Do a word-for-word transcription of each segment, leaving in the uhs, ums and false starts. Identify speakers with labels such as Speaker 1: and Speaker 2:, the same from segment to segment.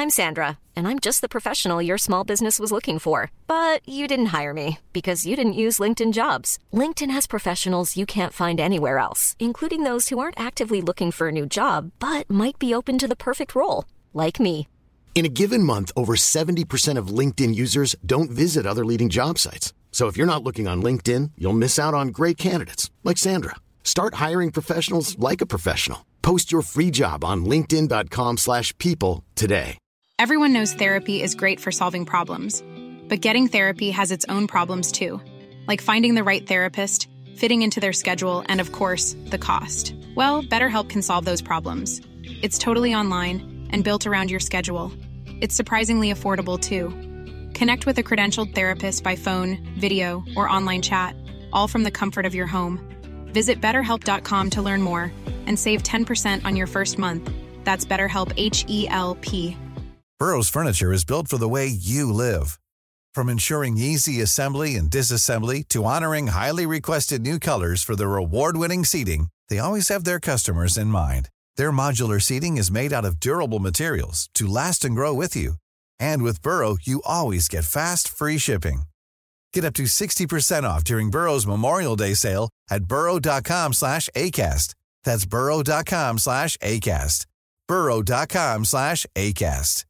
Speaker 1: I'm Sandra, and I'm just the professional your small business was looking for. But you didn't hire me because you didn't use LinkedIn Jobs. LinkedIn has professionals you can't find anywhere else, including those who aren't actively looking for a new job, but might be open to the perfect role, like me.
Speaker 2: In a given month, over seventy percent of LinkedIn users don't visit other leading job sites. So if you're not looking on LinkedIn, you'll miss out on great candidates like Sandra. Start hiring professionals like a professional. Post your free job on linkedin dot com slash people today.
Speaker 3: Everyone knows therapy is great for solving problems, but getting therapy has its own problems too, like finding the right therapist, fitting into their schedule, and of course, the cost. Well, BetterHelp can solve those problems. It's totally online and built around your schedule. It's surprisingly affordable too. Connect with a credentialed therapist by phone, video, or online chat, all from the comfort of your home. Visit better help dot com to learn more and save ten percent on your first month. That's BetterHelp, H E L P.
Speaker 4: Burrow's furniture is built for the way you live. From ensuring easy assembly and disassembly to honoring highly requested new colors for their award-winning seating, they always have their customers in mind. Their modular seating is made out of durable materials to last and grow with you. And with Burrow, you always get fast, free shipping. Get up to sixty percent off during Burrow's Memorial Day sale at burrow dot com slash acast. That's burrow dot com slash acast. burrow dot com slash acast.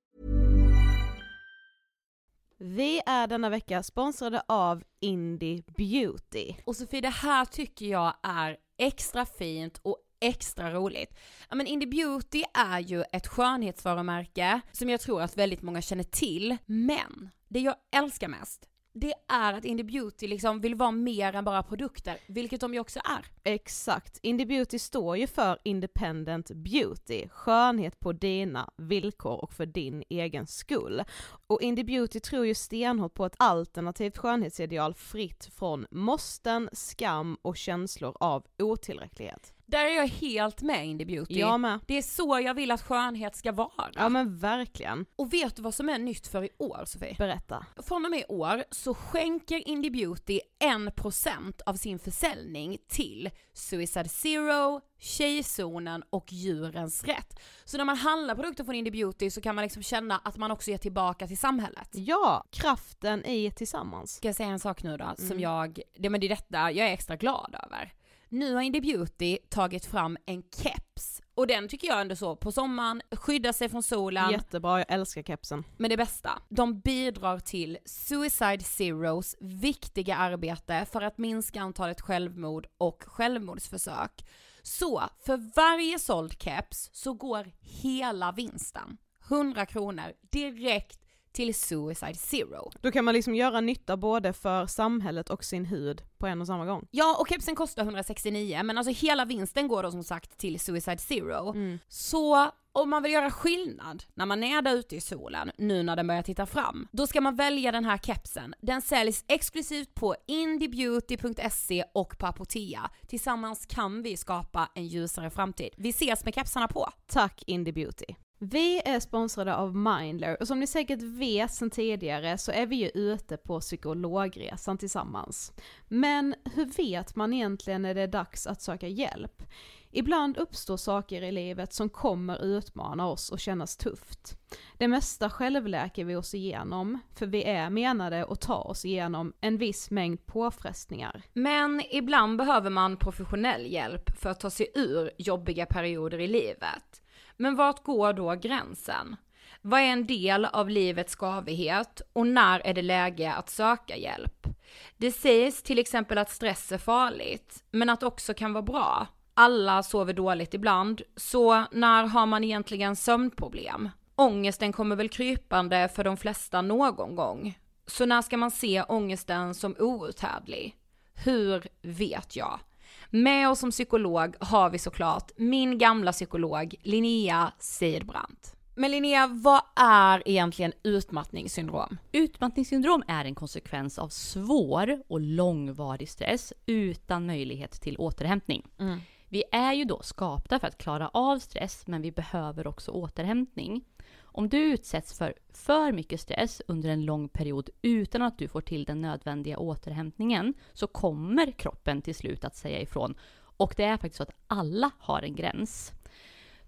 Speaker 5: Vi är denna vecka sponsrade av Indie Beauty.
Speaker 6: Och Sofie, det här tycker jag är extra fint och extra roligt. Ja, men Indie Beauty är ju ett skönhetsvarumärke som jag tror att väldigt många känner till. Men det jag älskar mest, det är att Indie Beauty liksom vill vara mer än bara produkter, vilket de ju också är.
Speaker 5: Exakt. Indie Beauty står ju för Independent Beauty, skönhet på dina villkor och för din egen skull. Och Indie Beauty tror ju stenhårt på ett alternativt skönhetsideal fritt från måsten, skam och känslor av otillräcklighet.
Speaker 6: Där är jag helt med Indie Beauty.
Speaker 5: Jag med.
Speaker 6: Det är så jag vill att skönhet ska vara.
Speaker 5: Ja men verkligen.
Speaker 6: Och vet du vad som är nytt för i år, Sofie?
Speaker 5: Berätta.
Speaker 6: Från och med i år så skänker Indie Beauty en procent av sin försäljning till Suicide Zero, Tjejzonen och Djurens Rätt. Så när man handlar produkter från Indie Beauty så kan man liksom känna att man också ger tillbaka till samhället.
Speaker 5: Ja, kraften i tillsammans.
Speaker 6: Ska jag säga en sak nu då?
Speaker 5: Mm.
Speaker 6: Som jag, det, men det är detta jag är extra glad över. Nu har Indie Beauty tagit fram en keps. Och den tycker jag ändå så på sommaren, skydda sig från solen.
Speaker 5: Jättebra, jag älskar kepsen.
Speaker 6: Men det bästa, de bidrar till Suicide Zeros viktiga arbete för att minska antalet självmord och självmordsförsök. Så för varje såld keps så går hela vinsten, hundra kronor, direkt till Suicide Zero.
Speaker 5: Då kan man liksom göra nytta både för samhället och sin hud på en och samma gång.
Speaker 6: Ja, och kepsen kostar hundrasextionio, men alltså hela vinsten går då som sagt till Suicide Zero. Mm. Så om man vill göra skillnad när man är där ute i solen, nu när den börjar titta fram, då ska man välja den här kepsen. Den säljs exklusivt på indiebeauty punkt se och på Apotea. Tillsammans kan vi skapa en ljusare framtid. Vi ses med kepsarna på.
Speaker 5: Tack Indie Beauty. Vi är sponsrade av Mindler och som ni säkert vet sedan tidigare så är vi ju ute på psykologresan tillsammans. Men hur vet man egentligen när det är dags att söka hjälp? Ibland uppstår saker i livet som kommer utmana oss och kännas tufft. Det mesta självläker vi oss igenom, för vi är menade att ta oss igenom en viss mängd påfrestningar.
Speaker 6: Men ibland behöver man professionell hjälp för att ta sig ur jobbiga perioder i livet. Men vart går då gränsen? Vad är en del av livets skavighet och när är det läge att söka hjälp? Det sägs till exempel att stress är farligt, men att också kan vara bra. Alla sover dåligt ibland, så när har man egentligen sömnproblem? Ångesten kommer väl krypande för de flesta någon gång. Så när ska man se ångesten som outhärdlig? Hur vet jag? Med oss som psykolog har vi såklart min gamla psykolog Linnea Seidbrant. Men Linnea, vad är egentligen utmattningssyndrom?
Speaker 7: Utmattningssyndrom är en konsekvens av svår och långvarig stress utan möjlighet till återhämtning. Mm. Vi är ju då skapta för att klara av stress, men vi behöver också återhämtning. Om du utsätts för för mycket stress under en lång period utan att du får till den nödvändiga återhämtningen, så kommer kroppen till slut att säga ifrån. Och det är faktiskt så att alla har en gräns.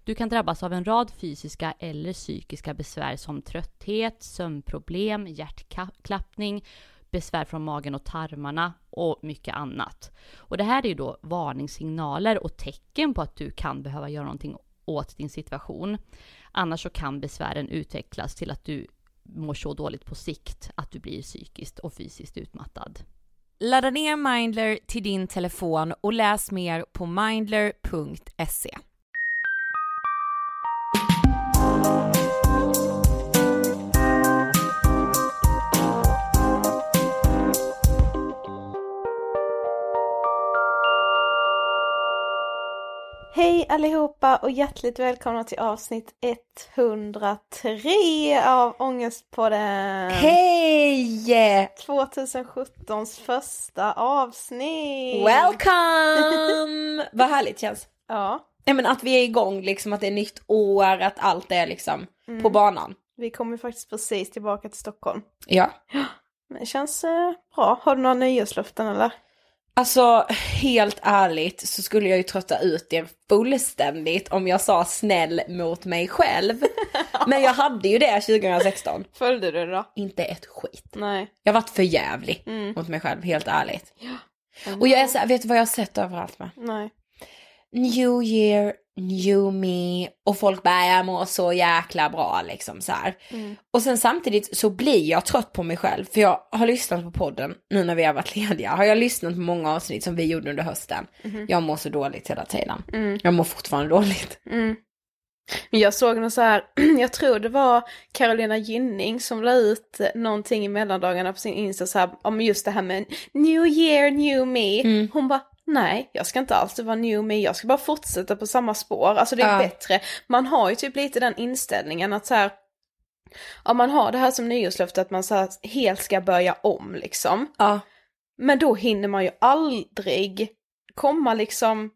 Speaker 7: Du kan drabbas av en rad fysiska eller psykiska besvär som trötthet, sömnproblem, hjärtklappning, besvär från magen och tarmarna och mycket annat. Och det här är ju då varningssignaler och tecken på att du kan behöva göra någonting åt din situation. Annars så kan besvären utvecklas till att du mår så dåligt på sikt att du blir psykiskt och fysiskt utmattad.
Speaker 6: Ladda ner Mindler till din telefon och läs mer på mindler punkt se.
Speaker 5: Hej allihopa och hjärtligt välkomna till avsnitt etthundratre av Ångestpodden.
Speaker 8: Hej!
Speaker 5: tjugosjutton:s första avsnitt.
Speaker 8: Welcome! Vad härligt känns.
Speaker 5: Ja.
Speaker 8: Ja, men att vi är igång, liksom, att det är nytt år, att allt är liksom mm. på banan.
Speaker 5: Vi kommer faktiskt precis tillbaka till Stockholm.
Speaker 8: Ja.
Speaker 5: Men det känns eh, bra. Har du några nyårslöften eller?
Speaker 8: Alltså, helt ärligt så skulle jag ju trötta ut er fullständigt om jag sa snäll mot mig själv. Men jag hade ju det tjugohundrasexton.
Speaker 5: Följde du det då?
Speaker 8: Inte ett skit.
Speaker 5: Nej.
Speaker 8: Jag har varit för jävlig mm. mot mig själv, helt ärligt. Ja. Och jag är så här, vet du vad jag har sett överallt med?
Speaker 5: Nej.
Speaker 8: New year, new me. Och folk bara, jag mår så jäkla bra liksom så här. Mm. Och sen samtidigt så blir jag trött på mig själv. För jag har lyssnat på podden nu när vi har varit lediga. Har jag lyssnat på många avsnitt som vi gjorde under hösten. Mm. Jag mår så dåligt hela tiden. Mm. Jag mår fortfarande dåligt.
Speaker 5: Mm. Men jag såg något så här, jag tror det var Carolina Gynning som la ut någonting i mellandagarna på sin Insta så här, om just det här med new year, new me. Mm. Hon bara, nej, jag ska inte alls vara new me, jag ska bara fortsätta på samma spår. Alltså det är ja. bättre. Man har ju typ lite den inställningen att så här, ja, man har det här som nyårslöfte att man så här helt ska börja om liksom.
Speaker 8: Ja.
Speaker 5: Men då hinner man ju aldrig komma liksom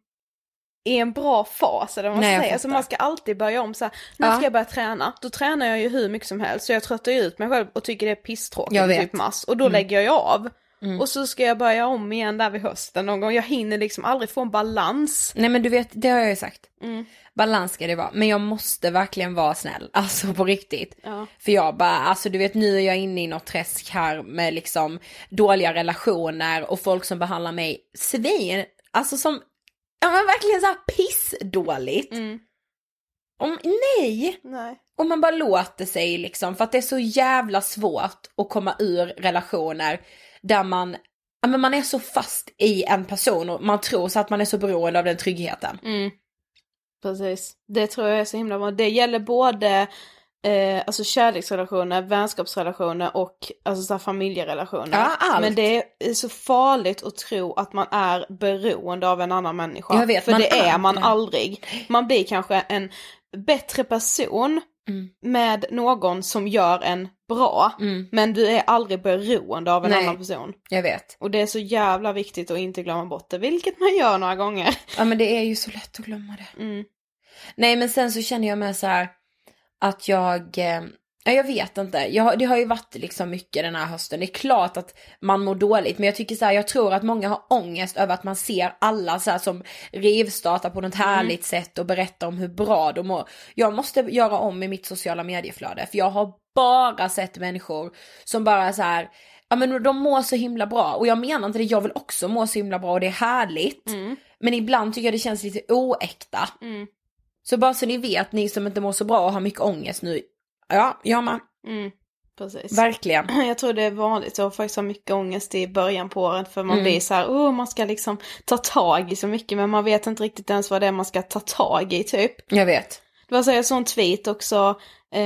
Speaker 5: i en bra fas eller vad man
Speaker 8: Nej,
Speaker 5: säger. Alltså man ska alltid börja om så här, nu
Speaker 8: ja.
Speaker 5: ska jag börja träna. Då tränar jag ju hur mycket som helst. Så jag tröttar ju ut mig själv och tycker det är pisstråkigt typ mass. Och då mm. lägger jag ju av. Mm. Och så ska jag börja om igen där vid hösten någon gång. Jag hinner liksom aldrig få en balans.
Speaker 8: Nej, men du vet, det har jag ju sagt.
Speaker 5: Mm.
Speaker 8: Balans ska det vara. Men jag måste verkligen vara snäll. Alltså på riktigt.
Speaker 5: Ja.
Speaker 8: För jag bara, alltså du vet, nu är jag inne i något träsk här med liksom dåliga relationer och folk som behandlar mig svin. Alltså som, ja men verkligen så här pissdåligt.
Speaker 5: Mm.
Speaker 8: Om, nej.
Speaker 5: Nej.
Speaker 8: Och man bara låter sig liksom, för att det är så jävla svårt att komma ur relationer där man, ja men man är så fast i en person och man tror så att man är så beroende av den tryggheten.
Speaker 5: Mm. Precis. Det tror jag är så himla bra. Det gäller både eh, alltså kärleksrelationer, vänskapsrelationer och alltså så här familjerelationer.
Speaker 8: Ja, allt.
Speaker 5: Men det är så farligt att tro att man är beroende av en annan människa.
Speaker 8: Jag vet,
Speaker 5: för
Speaker 8: man
Speaker 5: det är
Speaker 8: är
Speaker 5: man
Speaker 8: det.
Speaker 5: aldrig. Man blir kanske en bättre person mm. med någon som gör en bra. Mm. Men du är aldrig beroende av en
Speaker 8: Nej,
Speaker 5: annan person.
Speaker 8: Jag vet.
Speaker 5: Och det är så jävla viktigt att inte glömma bort det. Vilket man gör några gånger.
Speaker 8: Ja, men det är ju så lätt att glömma det.
Speaker 5: Mm.
Speaker 8: Nej, men sen så känner jag mig så här att jag, eh, ja, jag vet inte. Jag, det har ju varit liksom mycket den här hösten. Det är klart att man mår dåligt. Men jag tycker så här, jag tror att många har ångest över att man ser alla så här som rivstartar på något härligt mm. sätt och berättar om hur bra de mår. Jag måste göra om i mitt sociala medieflöde. För jag har bara sett människor som bara så här, ja men de mår så himla bra. Och jag menar inte det, jag vill också må så himla bra och det är härligt. Mm. Men ibland tycker jag det känns lite oäkta.
Speaker 5: Mm.
Speaker 8: Så bara så ni vet, ni som inte mår så bra och har mycket ångest nu. Ja, jag med.
Speaker 5: Mm, precis.
Speaker 8: Verkligen.
Speaker 5: Jag tror det är vanligt att faktiskt ha mycket ångest i början på året. För man
Speaker 8: mm.
Speaker 5: blir så här, oh, man ska liksom ta tag i så mycket. Men man vet inte riktigt ens vad det är man ska ta tag i typ.
Speaker 8: Jag vet.
Speaker 5: Det var så jag såg en tweet också.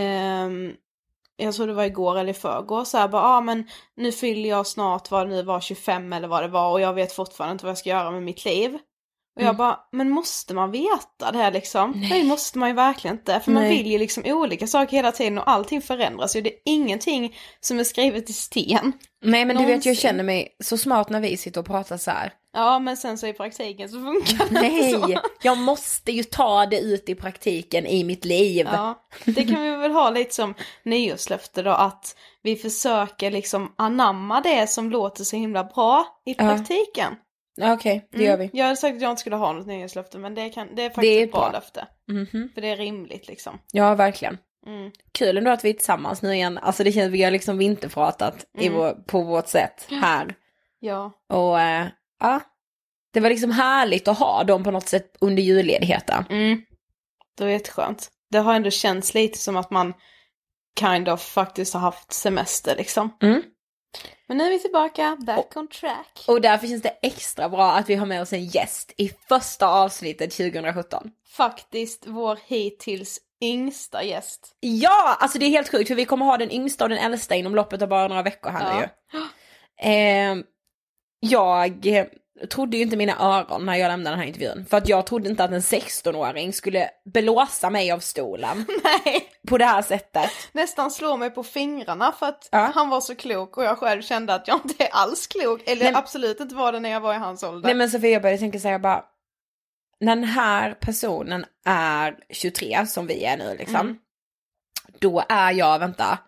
Speaker 5: Ehm, jag tror det var igår eller i förrgår. Så här bara, ja ah, men nu fyller jag snart vad det nu var, tjugofem eller vad det var. Och jag vet fortfarande inte vad jag ska göra med mitt liv. Och jag bara, men måste man veta det här liksom? Nej, Nej måste man ju verkligen inte. För Nej. man vill ju liksom olika saker hela tiden och allting förändras ju. Det är ingenting som är skrivet i sten.
Speaker 8: Nej, men Någonsin. Du vet, jag känner mig så smart när vi sitter och pratar så här.
Speaker 5: Ja, men sen så i praktiken så funkar det
Speaker 8: Nej,
Speaker 5: så.
Speaker 8: Jag måste ju ta det ut i praktiken i mitt liv.
Speaker 5: Ja, det kan vi väl ha lite som nyårslöfte då, att vi försöker liksom anamma det som låter så himla bra i praktiken.
Speaker 8: Okej, okay, det
Speaker 5: mm.
Speaker 8: gör vi.
Speaker 5: Jag hade sagt att jag inte skulle ha något nyhetslöfte, men det, kan, det är faktiskt
Speaker 8: det är
Speaker 5: ett bra,
Speaker 8: bra
Speaker 5: löfte.
Speaker 8: Mm-hmm.
Speaker 5: För det är rimligt liksom.
Speaker 8: Ja, verkligen.
Speaker 5: Mm.
Speaker 8: Kul ändå att vi är tillsammans nu igen. Alltså det känns att vi har liksom vinterpratat mm. i vår, på vårt sätt här.
Speaker 5: Ja.
Speaker 8: Och äh, ja, det var liksom härligt att ha dem på något sätt under julledigheten.
Speaker 5: Mm. Det var jätteskönt. Det har ändå känts lite som att man kind of faktiskt har haft semester liksom.
Speaker 8: Mm.
Speaker 5: Men nu är vi tillbaka, back on track.
Speaker 8: Och därför känns det extra bra att vi har med oss en gäst i första avsnittet tjugohundrasjutton.
Speaker 5: Faktiskt vår hittills yngsta gäst.
Speaker 8: Ja, alltså det är helt sjukt för vi kommer ha den yngsta och den äldsta inom loppet av bara några veckor här
Speaker 5: ja.
Speaker 8: nu ju. Eh, jag trodde ju inte mina öron när jag lämnade den här intervjun. För att jag trodde inte att en sexton-åring skulle belåsa mig av stolen.
Speaker 5: Nej.
Speaker 8: På det här sättet.
Speaker 5: Nästan slå mig på fingrarna för att
Speaker 8: ja.
Speaker 5: han var så klok och jag själv kände att jag inte är alls klok. Eller
Speaker 8: Nej.
Speaker 5: absolut inte var det när jag var i hans ålder.
Speaker 8: Nej men Sofia, jag började tänka så här bara, när den här personen är tjugotre som vi är nu liksom. Mm. Då är jag, vänta.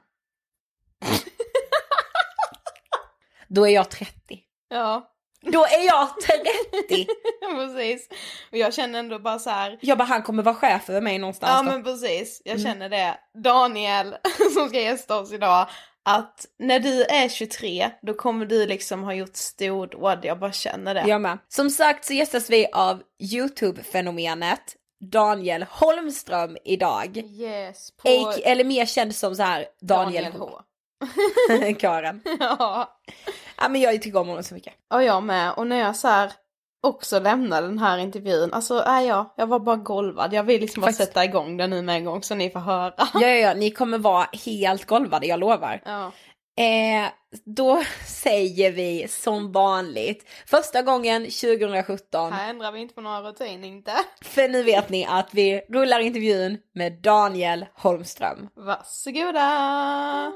Speaker 8: Då är jag trettio.
Speaker 5: Ja.
Speaker 8: Då är jag trettio.
Speaker 5: Precis. Och jag känner ändå bara så här.
Speaker 8: Jag bara, han kommer vara chef över mig någonstans.
Speaker 5: Ja
Speaker 8: då.
Speaker 5: men precis. Jag
Speaker 8: mm.
Speaker 5: känner det. Daniel som ska gästa oss idag. Att när du är tjugotre, då kommer du liksom ha gjort stordåd. Jag bara känner det.
Speaker 8: Jag med. Som sagt så gästas vi av YouTube-fenomenet Daniel Holmström idag.
Speaker 5: Yes. På...
Speaker 8: Ake, eller mer känd som så här Daniel,
Speaker 5: Daniel H.
Speaker 8: Karen.
Speaker 5: Ja.
Speaker 8: Ja men jag tycker om honom så mycket.
Speaker 5: Och jag med. Och när jag så här också lämnade den här intervjun. Alltså är jag, jag var bara golvad. Jag vill liksom bara Faktiskt. sätta igång den nu med en gång så ni får höra.
Speaker 8: Ja, ja, ja, ni kommer vara helt golvade, jag lovar.
Speaker 5: Ja.
Speaker 8: Eh, då säger vi som vanligt. Första gången tjugohundrasjutton.
Speaker 5: Här ändrar vi inte på några rutin, inte.
Speaker 8: För nu vet ni att vi rullar intervjun med Daniel Holmström.
Speaker 5: Varsågoda!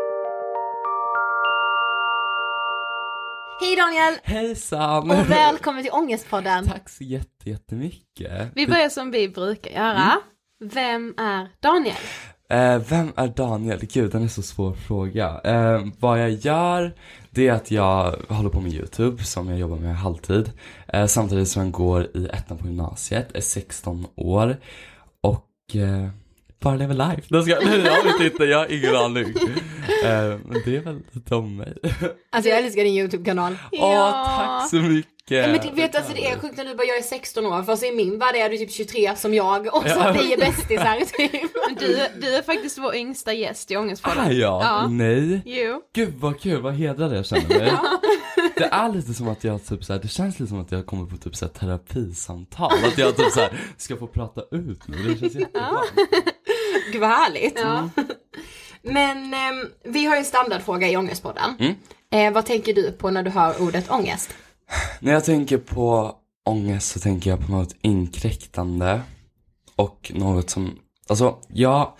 Speaker 8: Hej Daniel!
Speaker 9: Hejsan!
Speaker 8: Och välkommen till Ångestpodden.
Speaker 9: Tack så jätte, jättemycket.
Speaker 5: Vi börjar som vi brukar göra. Mm. Vem är Daniel?
Speaker 9: Eh, vem är Daniel? Gud, den är så svår fråga. Eh, vad jag gör, det är att jag håller på med YouTube som jag jobbar med halvtid. Eh, samtidigt som jag går i ettan på gymnasiet, är sexton år. Och... Eh, bara lever life. Det ska, nej, jag vet inte, jag har ingen aning. Uh, men det är väl lite om mig.
Speaker 8: Alltså jag älskar din YouTube-kanal.
Speaker 9: Åh, ja. Tack så mycket.
Speaker 8: Ja, men du vet alltså det är sjukt när du bara, jag är sexton år. För så i min värld är du typ tjugotre som jag. Och så ja. Vi är bästisar typ.
Speaker 5: Du, du är faktiskt vår yngsta gäst i Ångestpodden.
Speaker 9: Ah, ja. ja, nej.
Speaker 5: Jo.
Speaker 9: Gud vad kul, vad hedrad jag känner mig. Ja. Det är lite som att jag typ så här, det känns lite som att jag kommer på typ så här terapisamtal. Att jag typ så här ska få prata ut nu. Det känns jättebra.
Speaker 8: Gud vad härligt.
Speaker 5: Ja.
Speaker 8: Mm. Men eh, vi har ju en standardfråga i Ångestpodden.
Speaker 9: Mm.
Speaker 8: Eh, vad tänker du på när du hör ordet ångest?
Speaker 9: När jag tänker på ångest så tänker jag på något inkräktande. Och något som, alltså jag,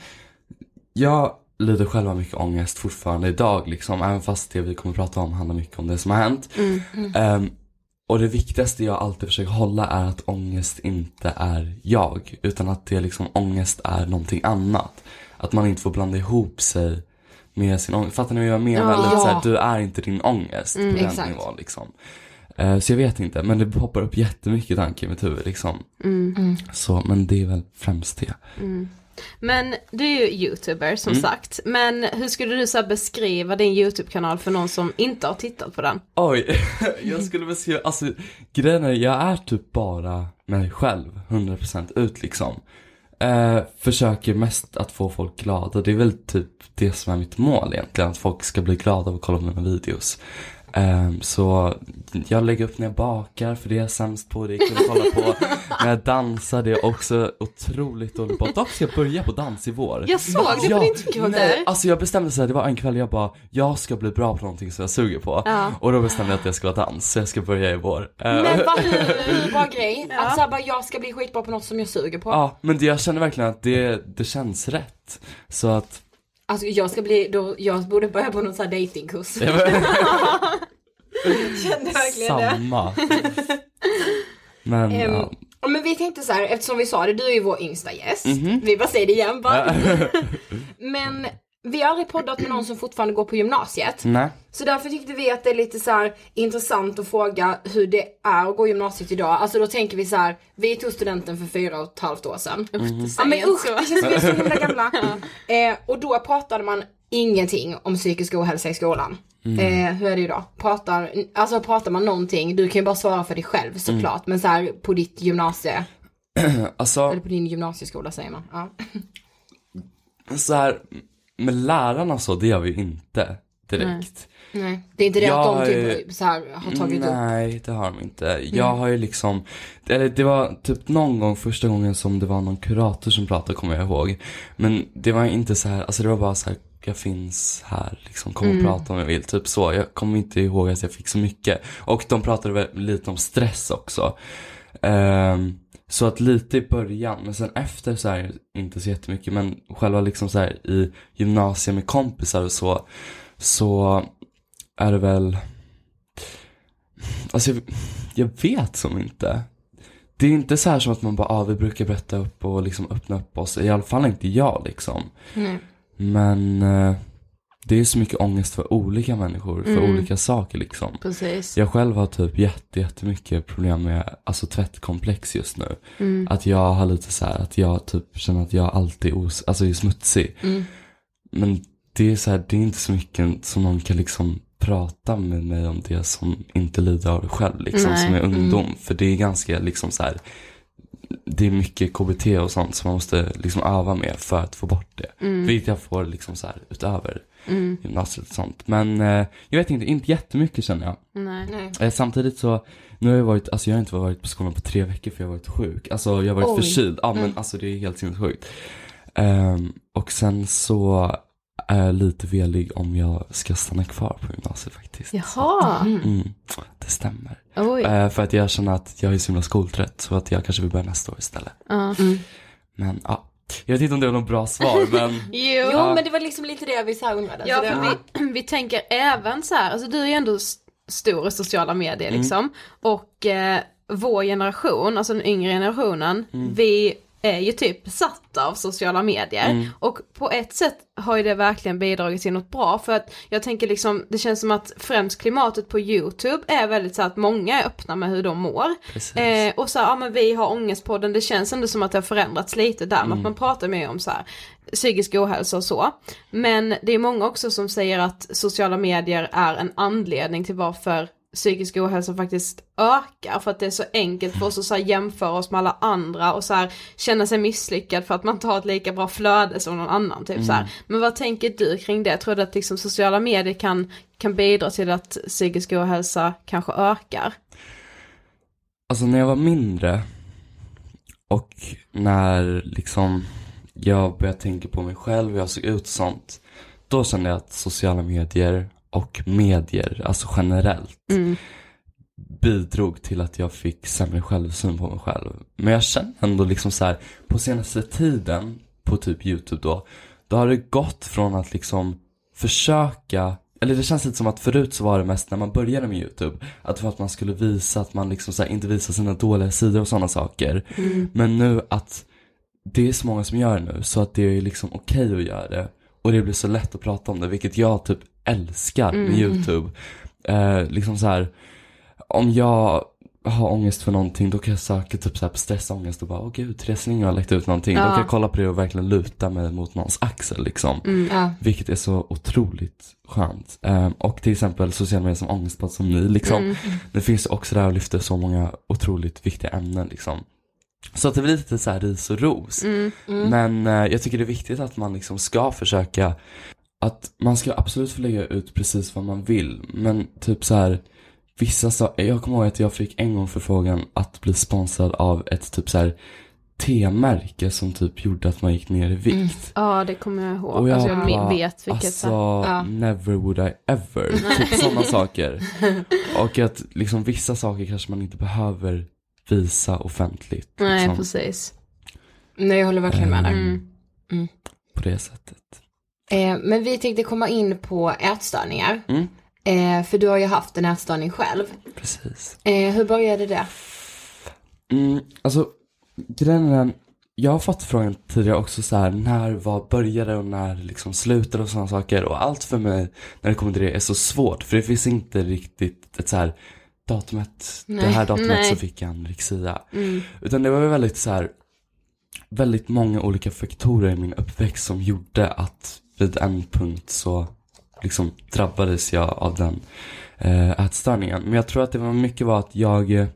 Speaker 9: jag lider själva mycket ångest fortfarande idag liksom. Även fast det vi kommer att prata om handlar mycket om det som har hänt.
Speaker 8: Mm. Mm.
Speaker 9: Um, och det viktigaste jag alltid försöker hålla är att ångest inte är jag. Utan att det liksom, ångest är någonting annat. Att man inte får blanda ihop sig med sin ångest. Fattar ni vad jag menar?
Speaker 8: Ja.
Speaker 9: Lite så här, du är inte din ångest
Speaker 8: mm,
Speaker 9: på den
Speaker 8: exakt.
Speaker 9: nivån liksom. Uh, så jag vet inte, men det poppar upp jättemycket tankar i mitt huvud liksom.
Speaker 8: Mm. Mm.
Speaker 9: Så, men det är väl främst det.
Speaker 5: Mm. Men du är ju YouTuber som
Speaker 9: mm.
Speaker 5: sagt. Men hur skulle du så här beskriva din YouTube-kanal för någon som inte har tittat på den?
Speaker 9: Oj, jag skulle beskriva, alltså grejen är, jag är typ bara mig själv, hundra procent ut liksom. Uh, försöker mest att få folk glada. Det är väl typ det som är mitt mål egentligen. Att folk ska bli glada av att kolla på mina videos. Um, så jag lägger upp när jag bakar, för det är jag sämst på. Det är kul att kolla på. När jag dansar, det är också otroligt dåligt på. Dock ska jag börja på dans i vår.
Speaker 5: Jag såg det
Speaker 9: ja,
Speaker 5: på din TikTok där.
Speaker 9: Alltså jag bestämde sig, det var en kväll jag bara, jag ska bli bra på någonting som jag suger på.
Speaker 5: Ja.
Speaker 9: Och då bestämde jag att jag ska vara dans. Så jag ska börja i vår.
Speaker 8: Men vad hur bra grej.
Speaker 5: Ja.
Speaker 8: Att så här, bara, jag ska bli skitbra på något som jag suger på.
Speaker 9: Ja, men det, jag känner verkligen att det, det känns rätt. Så att
Speaker 8: alltså jag ska bli, då, jag borde börja på någon sån här datingkurs. Kände verkligen
Speaker 9: samma. Men,
Speaker 8: um,
Speaker 9: ja.
Speaker 8: Men vi tänkte så här, eftersom vi sa det, du är ju vår yngsta gäst.
Speaker 9: Mm-hmm.
Speaker 8: Vi bara säger det igen bara. Men vi har aldrig poddat med någon som fortfarande går på gymnasiet.
Speaker 9: Nej.
Speaker 8: Så därför tyckte vi att det är lite så här intressant att fråga hur det är att gå gymnasiet idag. Alltså då tänker vi så här, vi tog studenten för fyra och ett halvt år sedan.
Speaker 5: Mm.
Speaker 8: Ja men usch, det känns som vi är så himla gamla. eh, och då pratade man ingenting om psykisk ohälsa i skolan. Mm. Eh, hur är det idag? Pratar, alltså pratar man någonting, du kan ju bara svara för dig själv såklart. Mm. Men så här på ditt gymnasie.
Speaker 9: Alltså,
Speaker 8: eller på din gymnasieskola säger man. Ja.
Speaker 9: Så här, med lärarna så, det gör vi inte direkt.
Speaker 8: Nej, nej. Det är inte det
Speaker 9: jag,
Speaker 8: att de typ så här har tagit
Speaker 9: nej, upp? Nej, det har de inte. Jag mm. har ju liksom, eller det var typ någon gång, första gången som det var någon kurator som pratade, kommer jag ihåg. Men det var inte så här, alltså det var bara så här, jag finns här, liksom, kom och mm. prata om jag vill, typ så. Jag kommer inte ihåg att jag fick så mycket. Och de pratade väl lite om stress också. Um, Så att lite i början, men sen efter så här, inte så jättemycket, men själva liksom så här i gymnasiet med kompisar och så, så är det väl, alltså jag, jag vet som inte. Det är inte så här som att man bara, ah, vi brukar berätta upp och liksom öppna upp oss, i alla fall inte jag liksom. Mm. Men eh, det är så mycket ångest för olika människor, för mm. olika saker liksom.
Speaker 5: Precis.
Speaker 9: Jag själv har typ jätte, jättemycket problem med alltså tvättkomplex just nu. Mm. Att jag har lite så här, att jag typ känner att jag alltid os- alltså är smutsig. Mm. Men det är så här, det är inte så mycket som någon kan liksom prata med mig om det som inte lider av det själv liksom, som är ungdom. Mm. För det är ganska liksom så här, det är mycket K B T och sånt som man måste liksom öva med för att få bort det. Mm. Vilket jag får liksom så här utöver mm. gymnasiet och sånt. Men eh, jag vet inte, inte jättemycket känner jag.
Speaker 5: Nej.
Speaker 9: Eh, samtidigt så, nu har jag varit, alltså jag har inte varit på skolan på tre veckor för jag har varit sjuk. Alltså jag har varit Oj. förkyld. Ja men mm. alltså det är helt sinnessjukt. Um, och sen så är jag lite velig om jag ska stanna kvar på gymnasiet faktiskt.
Speaker 5: Jaha.
Speaker 9: Mm. Mm, det stämmer.
Speaker 5: Oj.
Speaker 9: Uh, för att jag känner att jag är så himla skoltrött, så att jag kanske vill börja nästa år istället.
Speaker 5: Mm.
Speaker 9: Men ja. Jag vet inte om det var något bra svar, men...
Speaker 8: jo, ja. Men det var liksom lite det vi så här undrade.
Speaker 5: Ja,
Speaker 8: för
Speaker 5: vi, vi tänker även så här, alltså du är ju ändå stor i sociala medier liksom. Mm. Och eh, vår generation, alltså den yngre generationen, mm. vi är ju typ besatta av sociala medier. Mm. Och på ett sätt har ju det verkligen bidragit till något bra. För att jag tänker liksom, det känns som att främst klimatet på YouTube är väldigt så att många är öppna med hur de mår. Eh, och så här, ja men vi har ångestpodden, det känns ändå som att det har förändrats lite där. Mm. Att man pratar mer om så här psykisk ohälsa och så. Men det är många också som säger att sociala medier är en anledning till varför psykisk ohälsa faktiskt ökar, för att det är så enkelt för oss att så här jämföra oss med alla andra och så här känna sig misslyckad för att man tar ett lika bra flöde som någon annan typ mm. så här. Men vad tänker du kring det? Tror du att liksom sociala medier kan, kan bidra till att psykisk ohälsa kanske ökar?
Speaker 9: Alltså när jag var mindre och när liksom jag började tänka på mig själv och jag såg ut sånt, då kände jag att sociala medier och medier, alltså generellt, mm. bidrog till att jag fick sämre självsyn på mig själv. Men jag känner ändå liksom så här, på senaste tiden, på typ YouTube då, då har det gått från att liksom försöka, eller det känns lite som att förut så var det mest när man började med YouTube, att för att man skulle visa att man liksom så här, inte visar sina dåliga sidor och sådana saker. Mm. Men nu att det är så många som gör det nu, så att det är liksom okej okay att göra det. Och det blir så lätt att prata om det, vilket jag typ älskar med mm. YouTube. Eh, liksom så här, om jag har ångest för någonting, då kan jag söka typ så här på stressångest och bara, åh gud, Therese Lindgren har läckt ut någonting. Ja. Då kan jag kolla på det och verkligen luta mig mot någons axel liksom. Mm. Ja. Vilket är så otroligt skönt. Eh, och till exempel sociala medier som ångestpodd som ni liksom. Mm. Det finns också där och lyfter så många otroligt viktiga ämnen liksom. Så att det blir lite så här ris och ros. Mm, mm. Men eh, jag tycker det är viktigt att man liksom ska försöka, att man ska absolut få lägga ut precis vad man vill. Men typ så här, vissa så, jag kommer ihåg att jag fick en gång förfrågan att bli sponsrad av ett typ så här T-märke som typ gjorde att man gick ner i vikt. Mm.
Speaker 5: Ja, det kommer jag ihåg.
Speaker 9: Och jag
Speaker 5: alltså jag
Speaker 9: bara,
Speaker 5: vet vilket.
Speaker 9: Alltså, ja. Never would I ever. Typ sådana saker. Och att liksom vissa saker kanske man inte behöver visa offentligt.
Speaker 5: Nej,
Speaker 9: liksom.
Speaker 5: precis.
Speaker 8: Nej, jag håller verkligen med där. Mm.
Speaker 9: Mm. På det sättet.
Speaker 8: Eh, men vi tänkte komma in på ätstörningar.
Speaker 9: Mm.
Speaker 8: Eh, för du har ju haft en ätstörning själv.
Speaker 9: Precis.
Speaker 8: Eh, hur började det?
Speaker 9: Mm, alltså, grejen är, jag har fått frågan tidigare också så här, när var började och när liksom slutade och sådana saker. Och allt för mig när det kommer till det är så svårt. För det finns inte riktigt ett så här datumet,
Speaker 8: Nej,
Speaker 9: det här datumet
Speaker 8: nej.
Speaker 9: så fick jag anorexia.
Speaker 8: Mm.
Speaker 9: Utan det var ju väldigt så här, väldigt många olika faktorer i min uppväxt som gjorde att vid en punkt så liksom drabbades jag av den eh, ätstörningen. Men jag tror att det var mycket var att jag, eh,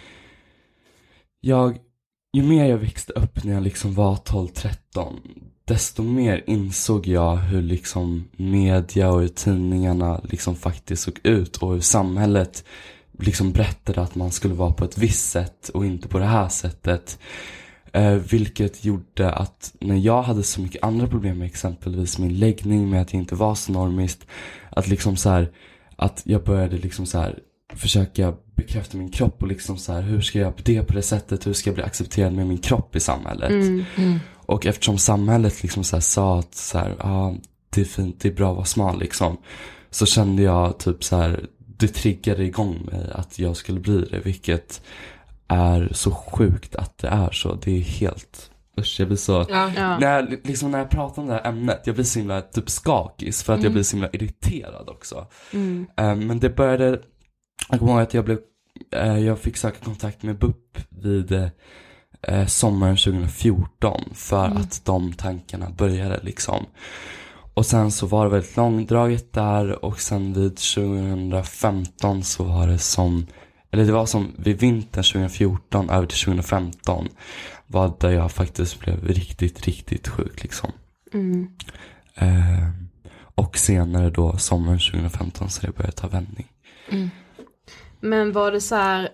Speaker 9: jag, ju mer jag växte upp när jag liksom var tolv tretton, desto mer insåg jag hur liksom media och hur tidningarna liksom faktiskt såg ut och hur samhället liksom berättade att man skulle vara på ett visst sätt och inte på det här sättet. Eh, vilket gjorde att när jag hade så mycket andra problem med exempelvis min läggning, med att jag inte var så normist, att liksom så här, att jag började liksom så här försöka bekräfta min kropp och liksom så här, hur ska jag det på det sättet, hur ska jag bli accepterad med min kropp i samhället.
Speaker 8: Mm, mm.
Speaker 9: Och eftersom samhället liksom så här sa att så här, ah, det är fint, det är bra att vara smal liksom, så kände jag typ så här, det triggade igång mig att jag skulle bli det, vilket är så sjukt att det är så. Det är helt, usch, jag blir så,
Speaker 8: Ja.
Speaker 9: när, jag, liksom när jag pratar om det här ämnet, jag blir så himla typ skakis för att
Speaker 8: Mm.
Speaker 9: jag blir så himla irriterad också.
Speaker 8: Mm.
Speaker 9: Um, men det började, jag kommer ihåg att jag blev, uh, jag fick söka kontakt med B U P vid uh, sommaren tjugo fjorton för
Speaker 8: Mm.
Speaker 9: att de tankarna började liksom. Och sen så var det väldigt långdraget där, och sen vid tjugo femton så var det som, eller det var som vid vintern tjugo fjorton över till tjugo femton var där jag faktiskt blev riktigt, riktigt sjuk liksom.
Speaker 8: Mm.
Speaker 9: Eh, och senare då, sommaren tjugo femton, så det började ta vändning.
Speaker 8: Mm.
Speaker 5: Men var det så här,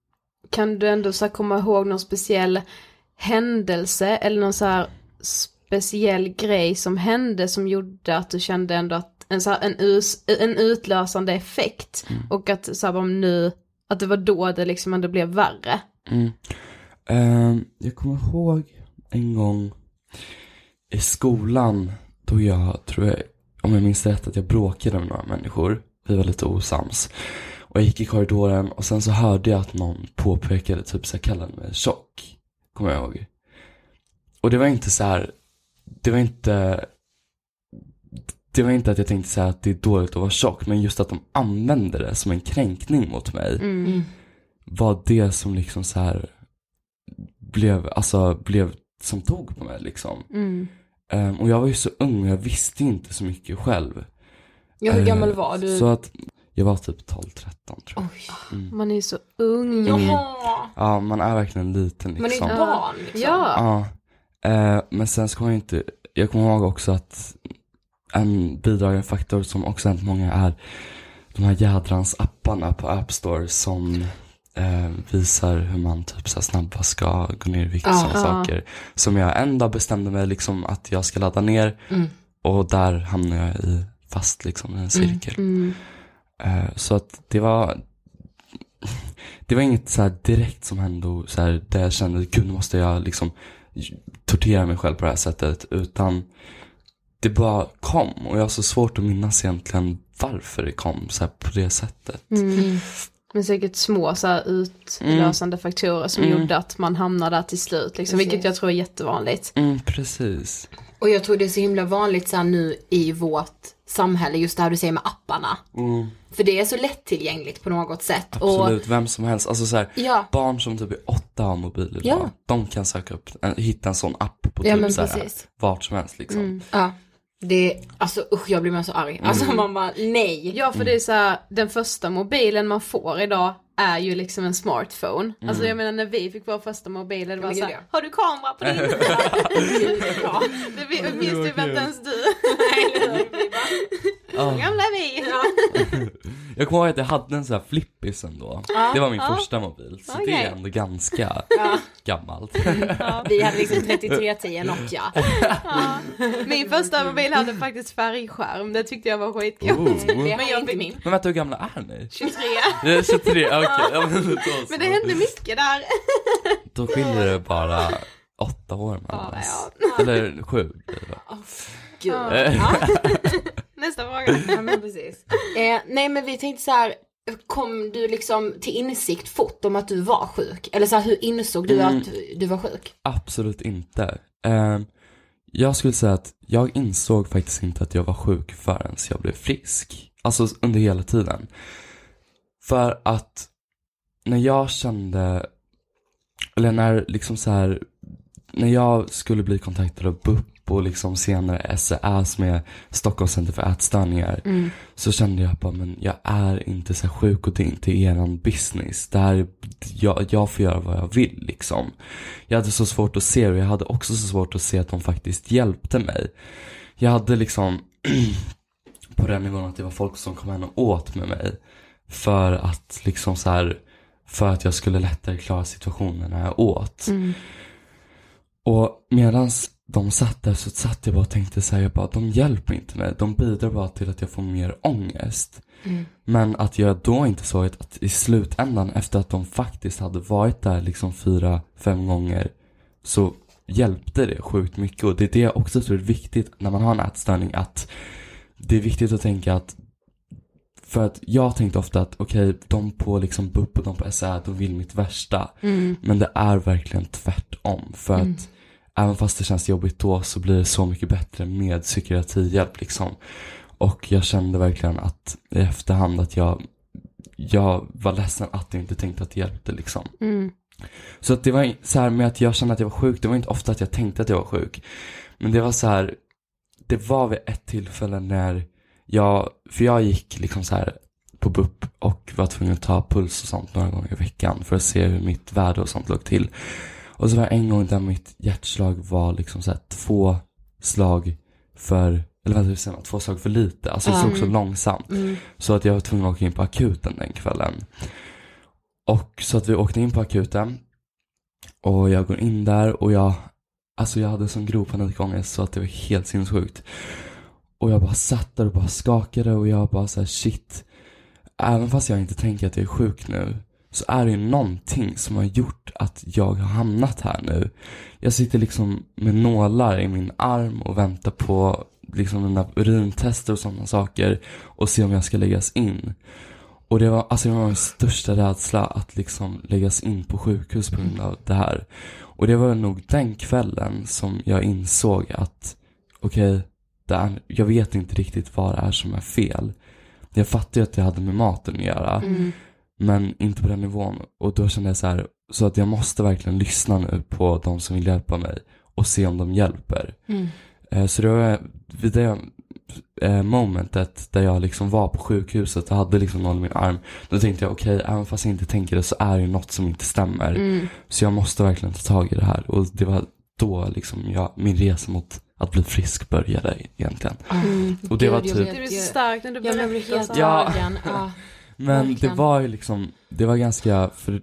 Speaker 5: kan du ändå så här komma ihåg någon speciell händelse eller någon så här speciell grej som hände som gjorde att du kände ändå att en, så här, en, us, en utlösande effekt
Speaker 9: Mm.
Speaker 5: och att så här, om nu, att det var då det liksom ändå blev värre?
Speaker 9: Mm. Eh, jag kommer ihåg en gång i skolan då jag, tror jag, om jag minns rätt, att jag bråkade med några människor. Vi var lite osams. Och jag gick i korridoren och sen så hörde jag att någon påpekade, typ så här, kallade mig tjock. Kommer jag ihåg. Och det var inte så här, det var inte det var inte att jag tänkte så här att det är dåligt att vara tjock, men just att de använde det som en kränkning mot mig.
Speaker 5: Mm.
Speaker 9: Var det som liksom så här blev, alltså blev som tog på mig liksom.
Speaker 5: Mm.
Speaker 9: Um, och jag var ju så ung och jag visste inte så mycket själv.
Speaker 8: Ja, hur
Speaker 9: Eh,
Speaker 8: gammal var du?
Speaker 9: Så att jag var typ tolv tretton tror jag.
Speaker 8: Oj.
Speaker 9: Mm.
Speaker 5: Man är ju så ung.
Speaker 8: Jaha.
Speaker 9: Ja, man är verkligen liten liksom.
Speaker 8: Man är ju ett barn liksom.
Speaker 5: Ja.
Speaker 9: Ja. Eh, men sen ska man ju inte, jag kommer ihåg också att en bidragande faktor som också hänt många är de här jädrans apparna på App Store som eh, visar hur man typ så här snabbast ska gå ner i vikt och
Speaker 8: Ja.
Speaker 9: sådana saker. Som jag en dag bestämde mig liksom att jag ska ladda ner,
Speaker 8: Mm.
Speaker 9: och där hamnar jag i fast liksom i en cirkel.
Speaker 5: Mm.
Speaker 9: Eh, så att det var det var inget så här direkt som hände så här, där jag kände, gud, nu måste jag liksom tortera mig själv på det här sättet, utan det bara kom, och jag har så svårt att minnas egentligen varför det kom så här på det sättet.
Speaker 5: Mm. Men säkert små så här utlösande
Speaker 9: Mm.
Speaker 5: faktorer som
Speaker 9: Mm.
Speaker 5: gjorde att man hamnade där till slut liksom,
Speaker 8: Precis.
Speaker 5: vilket jag tror är jättevanligt.
Speaker 9: Mm, precis.
Speaker 8: Och jag tror det är så himla vanligt så här nu i vårt samhälle, just det här du säger med apparna.
Speaker 9: Mm,
Speaker 8: För det är så lättillgängligt på något sätt.
Speaker 9: absolut, vem som helst. Alltså så här,
Speaker 8: Ja.
Speaker 9: barn som typ är åtta har mobiler
Speaker 8: Ja.
Speaker 9: idag, de kan söka upp, hitta en sån app på
Speaker 8: Ja,
Speaker 9: typ
Speaker 8: men
Speaker 9: så här,
Speaker 8: precis.
Speaker 9: vart som helst liksom.
Speaker 5: Mm.
Speaker 8: Och, ja. Det, alltså usch, jag blir mer så arg. Alltså man bara, nej.
Speaker 5: Ja, för det är så här, den första mobilen man får idag är ju liksom en smartphone. Alltså jag menar, när vi fick vår första mobil, det var
Speaker 8: men
Speaker 5: så
Speaker 8: gud,
Speaker 5: här,
Speaker 8: ja.
Speaker 5: har du kamera på din? Ja, det vi- minns ju inte ens du. Så gamla är vi.
Speaker 9: Jag kommer ihåg att jag hade en sån här flippis ändå. Det var min första mobil, så det
Speaker 5: Okej.
Speaker 9: är ändå ganska gammalt.
Speaker 8: Vi hade liksom trettiotre tio Nokia.
Speaker 5: Ja. Min första mobil hade faktiskt färgskärm, det tyckte jag var skitkul.
Speaker 9: Oh.
Speaker 8: Det
Speaker 5: Men
Speaker 8: har
Speaker 5: jag
Speaker 8: inte
Speaker 5: fick-
Speaker 8: min.
Speaker 9: Men vänta, hur gamla är ni?
Speaker 5: tjugotre.
Speaker 9: Det är tjugotre, okej. Ja, men, då, så.
Speaker 5: Men det hände mycket där.
Speaker 9: Då skiljer det bara åtta år mellan
Speaker 5: Ja,
Speaker 9: oss.
Speaker 5: ja.
Speaker 9: Eller sju.
Speaker 8: Gud.
Speaker 5: Ja.
Speaker 9: Eh,
Speaker 5: Nästa fråga.
Speaker 8: Ja, men precis. Eh, nej, men vi tänkte så här, kom du liksom till insikt fort om att du var sjuk? Eller så här, hur insåg du
Speaker 9: Mm.
Speaker 8: att du var sjuk?
Speaker 9: Absolut inte. Eh, jag skulle säga att jag insåg faktiskt inte att jag var sjuk förrän jag blev frisk. Alltså under hela tiden. För att när jag kände, eller när liksom så här, när jag skulle bli kontaktad av B U P och liksom senare S E Ä som är Stockholms center för ätstörningar,
Speaker 8: Mm.
Speaker 9: så kände jag bara, men jag är inte så här sjuk och det är inte eran business. Det här, jag, jag får göra vad jag vill liksom. Jag hade så svårt att se, och jag hade också så svårt att se att de faktiskt hjälpte mig. Jag hade liksom på den nivån att det var folk som kom hem och åt med mig för att liksom så här, för att jag skulle lättare klara situationen när jag åt.
Speaker 8: Mm.
Speaker 9: Och medans de satt där så satt jag bara och tänkte så här, jag bara, de hjälper inte mig. De bidrar bara till att jag får mer ångest.
Speaker 8: Mm.
Speaker 9: Men att jag då inte såg att, att i slutändan, efter att de faktiskt hade varit där liksom fyra, fem gånger, så hjälpte det sjukt mycket. Och det är det jag också tror är viktigt när man har en ätstörning, att det är viktigt att tänka att, för att jag tänkte ofta att okej, okay, de på liksom B U P och de på S E Ä, de vill mitt värsta.
Speaker 8: Mm.
Speaker 9: Men det är verkligen tvärtom. För
Speaker 8: Mm.
Speaker 9: att även fast det känns jobbigt då, så blir det så mycket bättre med psykiatrihjälp liksom. Och jag kände verkligen att i efterhand att jag jag var ledsen att jag inte tänkte att det hjälpte liksom.
Speaker 8: Mm.
Speaker 9: Så att det var så här med att jag kände att jag var sjuk, det var inte ofta att jag tänkte att jag var sjuk. Men det var så här, det var vid ett tillfälle när jag, för jag gick liksom så här på B U P och var tvungen att ta puls och sånt några gånger i veckan för att se hur mitt värde och sånt låg till. Och så var det en gång där mitt hjärtslag var liksom så här två slag för, eller vad säger man, två slag för lite. Alltså det slog så långsamt.
Speaker 8: Mm.
Speaker 9: Så att jag var tvungen att åka in på akuten den kvällen. Och så att vi åkte in på akuten. Och jag går in där och jag, alltså jag hade sån grov panikångest så att det var helt sinnessjukt. Och jag bara satt där och bara skakade och jag bara så här, shit. Även fast jag inte tänker att jag är sjuk nu, så är det ju någonting som har gjort att jag har hamnat här nu. Jag sitter liksom med nålar i min arm och väntar på liksom mina urintester och sådana saker och se om jag ska läggas in. Och det var, alltså det var min största rädsla att liksom läggas in på sjukhus på grund av det här. Och det var nog den kvällen som jag insåg att okej, okay, jag vet inte riktigt vad det är som är fel. Jag fattade att det hade med maten att göra.
Speaker 8: Mm.
Speaker 9: Men inte på den nivån. Och då kände jag så här, så att jag måste verkligen lyssna nu på de som vill hjälpa mig och se om de hjälper.
Speaker 8: Mm.
Speaker 9: Eh, så det var vid det eh, momentet där jag liksom var på sjukhuset och hade liksom någon i min arm. Då tänkte jag okej, okay, även fast jag inte tänker det så är det något som inte stämmer.
Speaker 8: Mm.
Speaker 9: Så jag måste verkligen ta tag i det här. Och det var då liksom jag, min resa mot att bli frisk började egentligen.
Speaker 8: Mm.
Speaker 9: Och det var
Speaker 8: Gud,
Speaker 9: typ...
Speaker 8: jag
Speaker 5: Det är så starkt när du
Speaker 8: Ja, men jag blir
Speaker 5: berättar
Speaker 8: helt
Speaker 5: så.
Speaker 9: Ja.
Speaker 8: tagen. Ja.
Speaker 9: Men
Speaker 8: Verkligen.
Speaker 9: det var ju liksom, det var ganska, för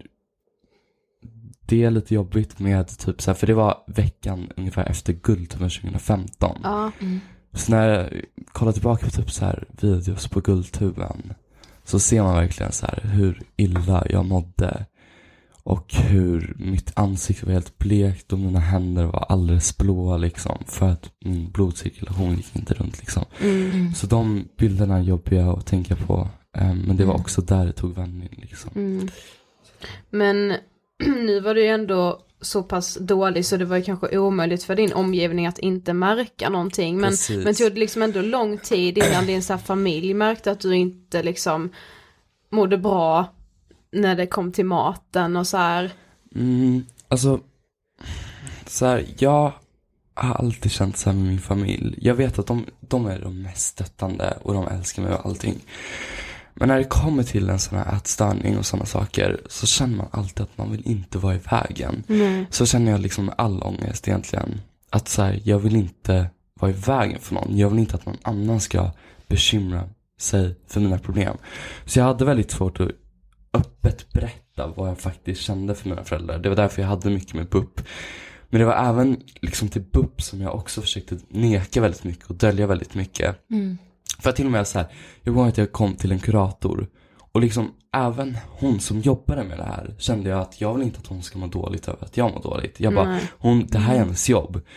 Speaker 9: det är lite jobbigt med typ så här, för det var veckan ungefär efter Guldtuben tjugo femton.
Speaker 5: Ja.
Speaker 8: Mm.
Speaker 9: Så när jag kollar tillbaka på typ så här videos på Guldtuben, så ser man verkligen så här hur illa jag mådde och hur mitt ansikte var helt blekt och mina händer var alldeles blåa liksom, för att min blodcirkulation gick inte runt liksom.
Speaker 8: Mm.
Speaker 9: Så de bilderna är jobbiga att tänka på. Men det var också där det tog vändning liksom.
Speaker 5: Mm. Men nu var du ju ändå så pass dålig så det var ju kanske omöjligt för din omgivning att inte märka någonting. Men, men tog det liksom ändå lång tid innan din så här familj märkte att du inte liksom mådde bra när det kom till maten och så här.
Speaker 9: Mm, alltså så här, jag har alltid känt så här med min familj. Jag vet att de, de är de mest stöttande och de älskar mig och allting. Men när det kommer till en sån här ätstörning och sådana saker, så känner man alltid att man vill inte vara i vägen.
Speaker 5: Mm.
Speaker 9: Så känner jag liksom med all ångest egentligen. Att så här, jag vill inte vara i vägen för någon. Jag vill inte att någon annan ska bekymra sig för mina problem. Så jag hade väldigt svårt att öppet berätta vad jag faktiskt kände för mina föräldrar. Det var därför jag hade mycket med B U P. Men det var även liksom till B U P som jag också försökte neka väldigt mycket och dölja väldigt mycket.
Speaker 8: Mm.
Speaker 9: För att till och med så här, jag var att jag kom till en kurator och liksom även hon som jobbade med det här kände jag att jag vill inte att hon ska må dåligt över att jag mår dåligt. Jag bara, hon, det här är hennes jobb.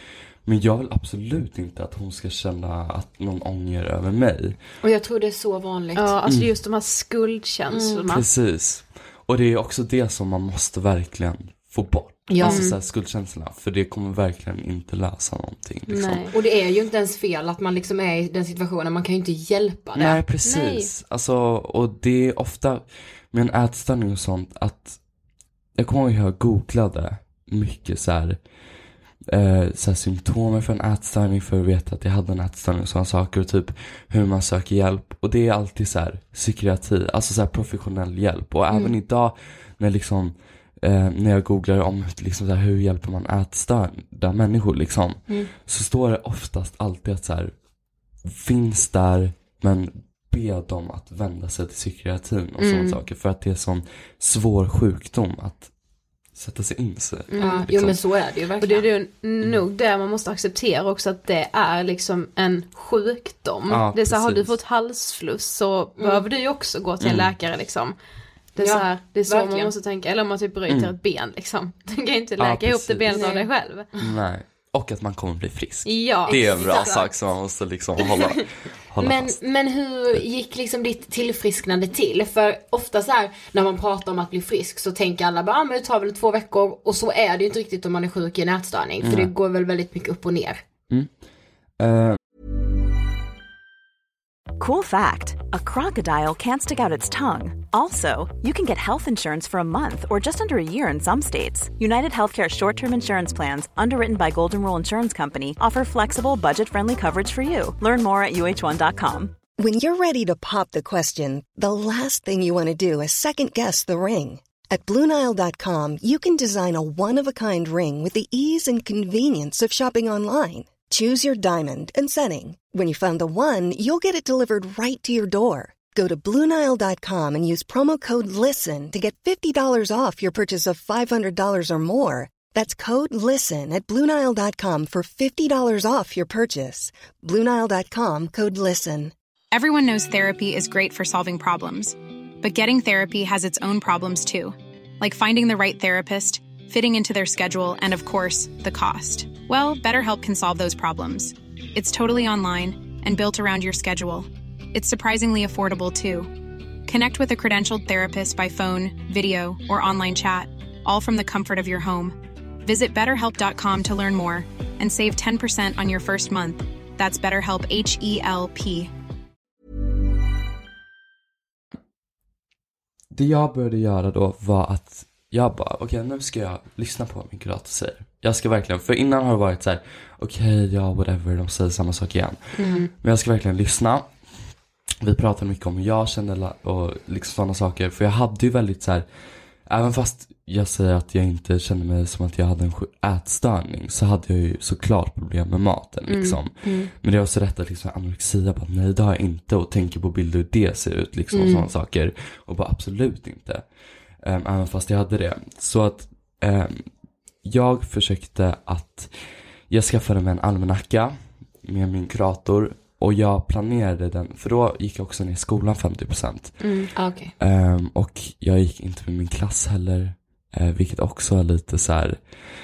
Speaker 9: Men jag vill absolut inte att hon ska känna att någon ånger över mig.
Speaker 8: Och jag tror det är så vanligt.
Speaker 5: Ja, alltså
Speaker 9: Mm.
Speaker 5: just de här skuldkänslorna.
Speaker 9: Mm. Precis. Och det är också det som man måste verkligen få bort.
Speaker 8: Ja.
Speaker 9: Alltså så här, skuldkänslorna. För det kommer verkligen inte lösa någonting. Liksom.
Speaker 5: Nej.
Speaker 8: Och det är ju inte ens fel att man liksom är i den situationen. Man kan ju inte hjälpa det.
Speaker 9: Nej, precis.
Speaker 5: Nej.
Speaker 9: Alltså, och det är ofta med en ätstörning och sånt att jag kommer ihåg att jag googlade mycket så här, eh, så här symptomer för en ätstörning för att veta att jag hade en ätstörning och sådana saker och typ hur man söker hjälp. Och det är alltid så här psykiatri, alltså så här professionell hjälp. Och
Speaker 8: Mm.
Speaker 9: även idag när liksom eh, när jag googlar om liksom så här, hur hjälper man ätstörda människor liksom,
Speaker 8: Mm.
Speaker 9: så står det oftast alltid att så här, finns där, men be dem att vända sig till psykiatrin och
Speaker 8: Mm.
Speaker 9: sådana saker, för att det är sån svår sjukdom att sätta sig in sig.
Speaker 8: Ja, jo
Speaker 9: liksom.
Speaker 8: men så är det ju
Speaker 5: Och det
Speaker 8: verkligen.
Speaker 5: är ju nog det man måste acceptera också, att det är liksom en sjukdom.
Speaker 9: Ja,
Speaker 5: det är så här, har du
Speaker 9: precis.
Speaker 5: fått halsfluss så behöver du ju också gå till en
Speaker 9: Mm.
Speaker 5: läkare liksom. Det är,
Speaker 8: Ja,
Speaker 5: så, här, det är så
Speaker 8: verkligen.
Speaker 5: man måste tänka. Eller om man typ bryter
Speaker 9: Mm.
Speaker 5: ett ben liksom. Du kan ju inte
Speaker 9: Ja,
Speaker 5: läka ihop det
Speaker 9: precis.
Speaker 5: benet av dig
Speaker 8: Nej.
Speaker 5: själv.
Speaker 9: Nej. Och att man kommer bli frisk.
Speaker 5: Ja,
Speaker 9: Det är en bra
Speaker 5: exakt.
Speaker 9: sak som man måste liksom hålla, hålla
Speaker 8: Men,
Speaker 9: fast.
Speaker 8: men hur gick liksom ditt tillfrisknande till? För ofta så här, när man pratar om att bli frisk så tänker alla bara, ah, men det tar väl två veckor. Och så är det ju inte riktigt om man är sjuk i en ätstörning. För
Speaker 9: Nej.
Speaker 8: det går väl väldigt mycket upp och ner.
Speaker 9: Eh,
Speaker 10: Cool fact, a crocodile can't stick out its tongue. Also, you can get health insurance for a month or just under a year in some states. United Healthcare short-term insurance plans, underwritten by Golden Rule Insurance Company, offer flexible, budget-friendly coverage for you. Learn more at U H one dot com.
Speaker 11: When you're ready to pop the question, the last thing you want to do is second-guess the ring. At Blue Nile dot com, you can design a one-of-a-kind ring with the ease and convenience of shopping online. Choose your diamond and setting. When you find the one, you'll get it delivered right to your door. Go to Blue Nile dot com and use promo code LISTEN to get fifty dollars off your purchase of five hundred dollars or more. That's code LISTEN at Blue Nile dot com for fifty dollars off your purchase. Blue Nile dot com, code LISTEN.
Speaker 3: Everyone knows therapy is great for solving problems, but getting therapy has its own problems too, like finding the right therapist, fitting into their schedule, and of course, the cost. Well, BetterHelp can solve those problems. It's totally online and built around your schedule. It's surprisingly affordable too. Connect with a credentialed therapist by phone, video, or online chat, all from the comfort of your home. Visit better help dot com to learn more and save ten percent on your first month. That's BetterHelp, H E L P.
Speaker 9: det jag började göra då var att jag bara, okej, okay, nu ska jag lyssna på vad min kurator säger. Jag ska verkligen, för innan har det varit så här, okej, okay, ja, whatever, de säger samma sak igen. Mm. Men jag ska verkligen lyssna. Vi pratade mycket om hur jag kände och liksom sådana saker. För jag hade ju väldigt så här, även fast jag säger att jag inte kände mig som att jag hade en ätstörning, så hade jag ju såklart problem med maten liksom. Mm. Mm. Men det var så rätt att liksom anorexia, bara nej, det har jag inte, och tänker på bilder hur det ser ut liksom, mm. och sådana saker. Och bara absolut inte. Um, även fast jag hade det. Så att um, jag försökte att jag skaffade mig en almanacka med min kurator. Och jag planerade den, för då gick jag också ner i skolan femtio procent.
Speaker 8: Mm, okay.
Speaker 9: um, Och jag gick inte med min klass heller, uh, vilket också är lite så här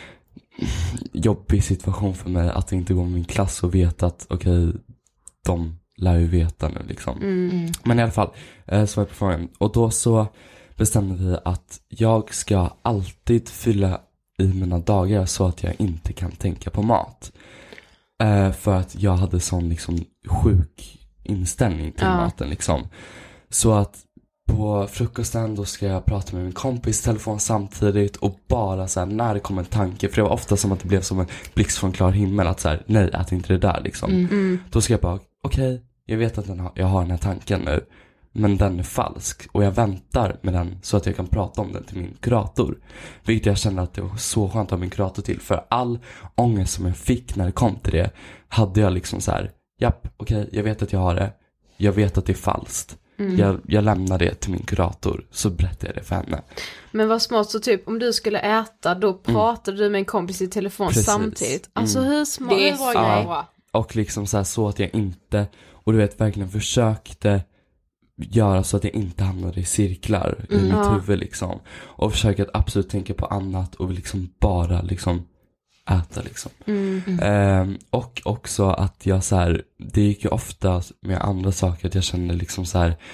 Speaker 9: jobbig situation för mig, att inte gå med min klass och veta att okej, okay, de lär ju veta nu liksom. Mm. Men i alla fall, uh, så var jag på frågan. Och då så bestämde vi att jag ska alltid fylla i mina dagar så att jag inte kan tänka på mat. Uh, för att jag hade sån liksom sjuk inställning till ja. maten liksom. Så att på frukosten då ska jag prata med min kompis telefon samtidigt, och bara så här, när det kom en tanke, för det var ofta som att det blev som en blixt från klar himmel, att så här, nej, ät inte det där liksom. Mm. Då ska jag bara, okej, okay, jag vet att den har, jag har den här tanken nu, men den är falsk, och jag väntar med den så att jag kan prata om den till min kurator. Vilket jag kände att det var så skönt att ha min kurator till, för all ångest som jag fick när det kom till det, hade jag liksom så här, japp, okej, okay, jag vet att jag har det, jag vet att det är falskt. Mm. Jag, jag lämnar det till min kurator, så berättar jag det för henne.
Speaker 5: Men vad smart, så typ om du skulle äta, då pratar mm. du med en kompis i telefon Precis. samtidigt. Alltså mm. hur smart
Speaker 8: det är
Speaker 5: var
Speaker 8: ja.
Speaker 5: grej.
Speaker 9: Och liksom så här, så att jag inte, och du vet, verkligen försökte göra så att jag inte hamnade i cirklar mm, i mitt ja. huvud liksom. Och försöka att absolut tänka på annat och liksom bara liksom äta liksom.
Speaker 8: Mm.
Speaker 9: Eh, och också att jag så här, det gick ju ofta med andra saker att jag kände liksom så här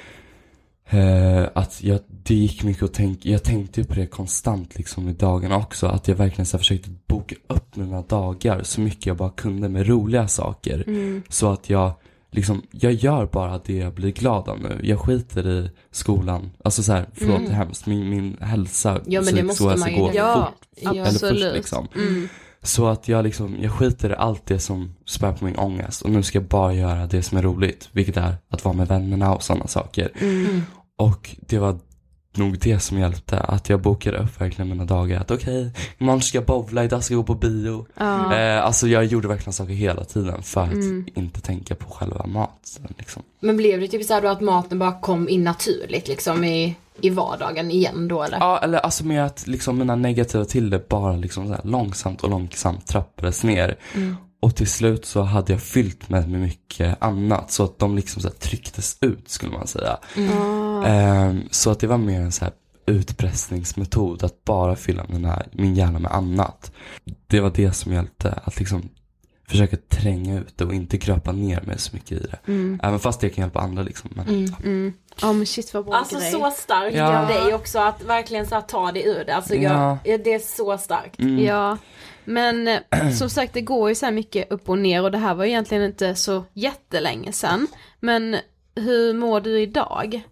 Speaker 9: eh, att jag, det gick mycket att tänka, jag tänkte på det konstant liksom i dagarna också, att jag verkligen så här försökte boka upp mina dagar så mycket jag bara kunde med roliga saker.
Speaker 8: Mm.
Speaker 9: Så att jag liksom, jag gör bara det jag blir glad av nu. Jag skiter i skolan. Alltså så här, förlåt
Speaker 8: Mm.
Speaker 9: det är hemskt. Min, min hälsa,
Speaker 8: Ja, men det måste
Speaker 9: så
Speaker 8: man ju.
Speaker 9: går
Speaker 8: Ja,
Speaker 9: fort.
Speaker 8: ja,
Speaker 9: eller
Speaker 8: absolut.
Speaker 9: först liksom.
Speaker 8: Mm.
Speaker 9: Så att jag liksom, jag skiter i allt det som spär på min ångest. Och nu ska jag bara göra det som är roligt. Vilket är att vara med vännerna och sådana saker.
Speaker 8: Mm.
Speaker 9: Och det var nog det som hjälpte. Att jag bokade upp verkligen mina dagar. Att okej, okay, imorgon ska jag bowla, idag ska jag gå på bio.
Speaker 8: Ja.
Speaker 9: Eh, alltså jag gjorde verkligen saker hela tiden. För att
Speaker 8: Mm.
Speaker 9: inte tänka på själva maten liksom.
Speaker 8: Men blev det typ så här då att maten bara kom in naturligt liksom i, i vardagen igen då eller?
Speaker 9: Ja, eller alltså med att liksom mina negativa till det bara liksom så här långsamt och långsamt trappades ner.
Speaker 8: Mm.
Speaker 9: Och till slut så hade jag fyllt med mycket annat. Så att de liksom så här trycktes ut skulle man säga.
Speaker 8: Mm.
Speaker 9: Ehm, så att det var mer en så här utpressningsmetod. Att bara fylla mina, min hjärna med annat. Det var det som hjälpte. Att liksom försöka tränga ut det och inte gröpa ner mig så mycket i det.
Speaker 8: Mm.
Speaker 9: Även fast det kan hjälpa andra liksom. Men,
Speaker 8: Mm.
Speaker 9: ja.
Speaker 5: Mm. Ja men shit vad bra
Speaker 8: Alltså
Speaker 5: grej.
Speaker 8: så starkt
Speaker 9: Ja.
Speaker 8: av dig också att verkligen så här ta det ur det. Alltså jag,
Speaker 9: Ja.
Speaker 8: ja, det är så starkt.
Speaker 9: Mm.
Speaker 5: Ja, men eh, som sagt det går ju så här mycket upp och ner och det här var egentligen inte så jättelänge sedan. Men hur mår du idag?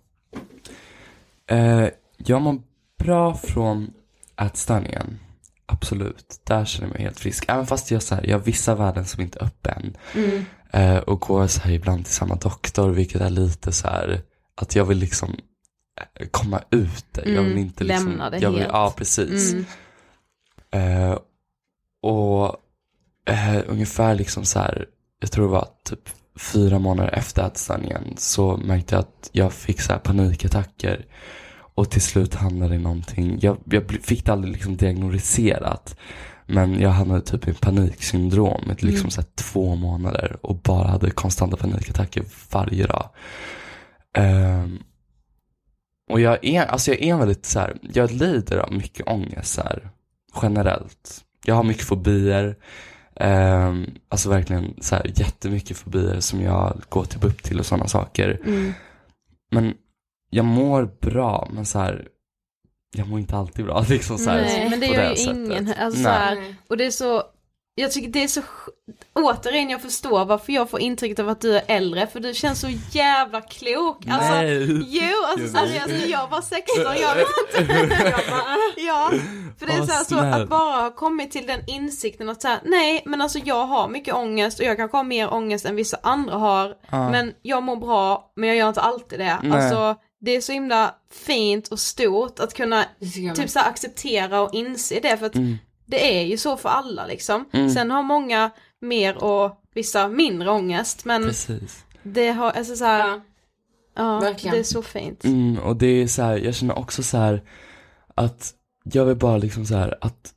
Speaker 9: Eh, jag mår bra från ätstörningen. Absolut. Där känner jag mig helt frisk. Även fast jag, så här, jag har vissa värden som inte är öppen.
Speaker 8: Mm.
Speaker 9: Eh, och går så här ibland till samma doktor. Vilket är lite så här att jag vill liksom eh, komma ut det. Jag vill
Speaker 5: Mm,
Speaker 9: inte liksom,
Speaker 5: lämna det
Speaker 9: jag vill,
Speaker 5: helt.
Speaker 9: Ja, precis.
Speaker 5: Mm.
Speaker 9: Eh, och eh, ungefär liksom så här, jag tror det var typ fyra månader efter ätstörningen så märkte jag att jag fick så här panikattacker. Och till slut hamnade i någonting, jag, jag fick det aldrig liksom diagnostiserat. Men jag hamnade typ i paniksyndrom i liksom
Speaker 8: Mm.
Speaker 9: så här två månader. Och bara hade konstanta panikattacker varje dag. Um, och jag är, alltså jag är väldigt så här, jag lider av mycket ångest så här, generellt. Jag har mycket fobier. Um, alltså verkligen så här, jättemycket fobier som jag går typ upp till och sådana saker.
Speaker 5: Mm.
Speaker 9: Men jag mår bra, men så här, jag mår inte alltid bra liksom så här,
Speaker 5: Nej, men det
Speaker 9: på
Speaker 5: gör ju
Speaker 9: sättet.
Speaker 5: ingen. Alltså, så
Speaker 9: Nej.
Speaker 5: här, och det är så, jag tycker det är så, återigen jag förstår varför jag får intrycket av att du är äldre, för du känns så jävla klok. Alltså,
Speaker 9: Nej.
Speaker 5: jo, alltså
Speaker 9: Gud,
Speaker 5: seriöst, jag var sexton, jag vet inte. Jag bara, ja, för det är
Speaker 9: Åh,
Speaker 5: så, här, så
Speaker 9: snäll.
Speaker 5: att bara ha kommit till den insikten att så här, nej, men alltså jag har mycket ångest och jag kanske har mer ångest än vissa andra har,
Speaker 9: Ja.
Speaker 5: men jag mår bra, men jag gör inte alltid det.
Speaker 9: Nej.
Speaker 5: Alltså, det är så himla fint och stort att kunna
Speaker 8: Det tycker jag
Speaker 5: typ
Speaker 8: med.
Speaker 5: så här acceptera och inse det, för att
Speaker 9: Mm.
Speaker 5: det är ju så för alla liksom.
Speaker 9: Mm.
Speaker 5: Sen har många mer och vissa mindre ångest, men
Speaker 9: Precis.
Speaker 5: det har, alltså så här,
Speaker 8: Ja.
Speaker 5: ja,
Speaker 8: Verkligen.
Speaker 5: det är så fint.
Speaker 9: Mm, och det är så här, jag känner också så här att jag vill bara liksom så här att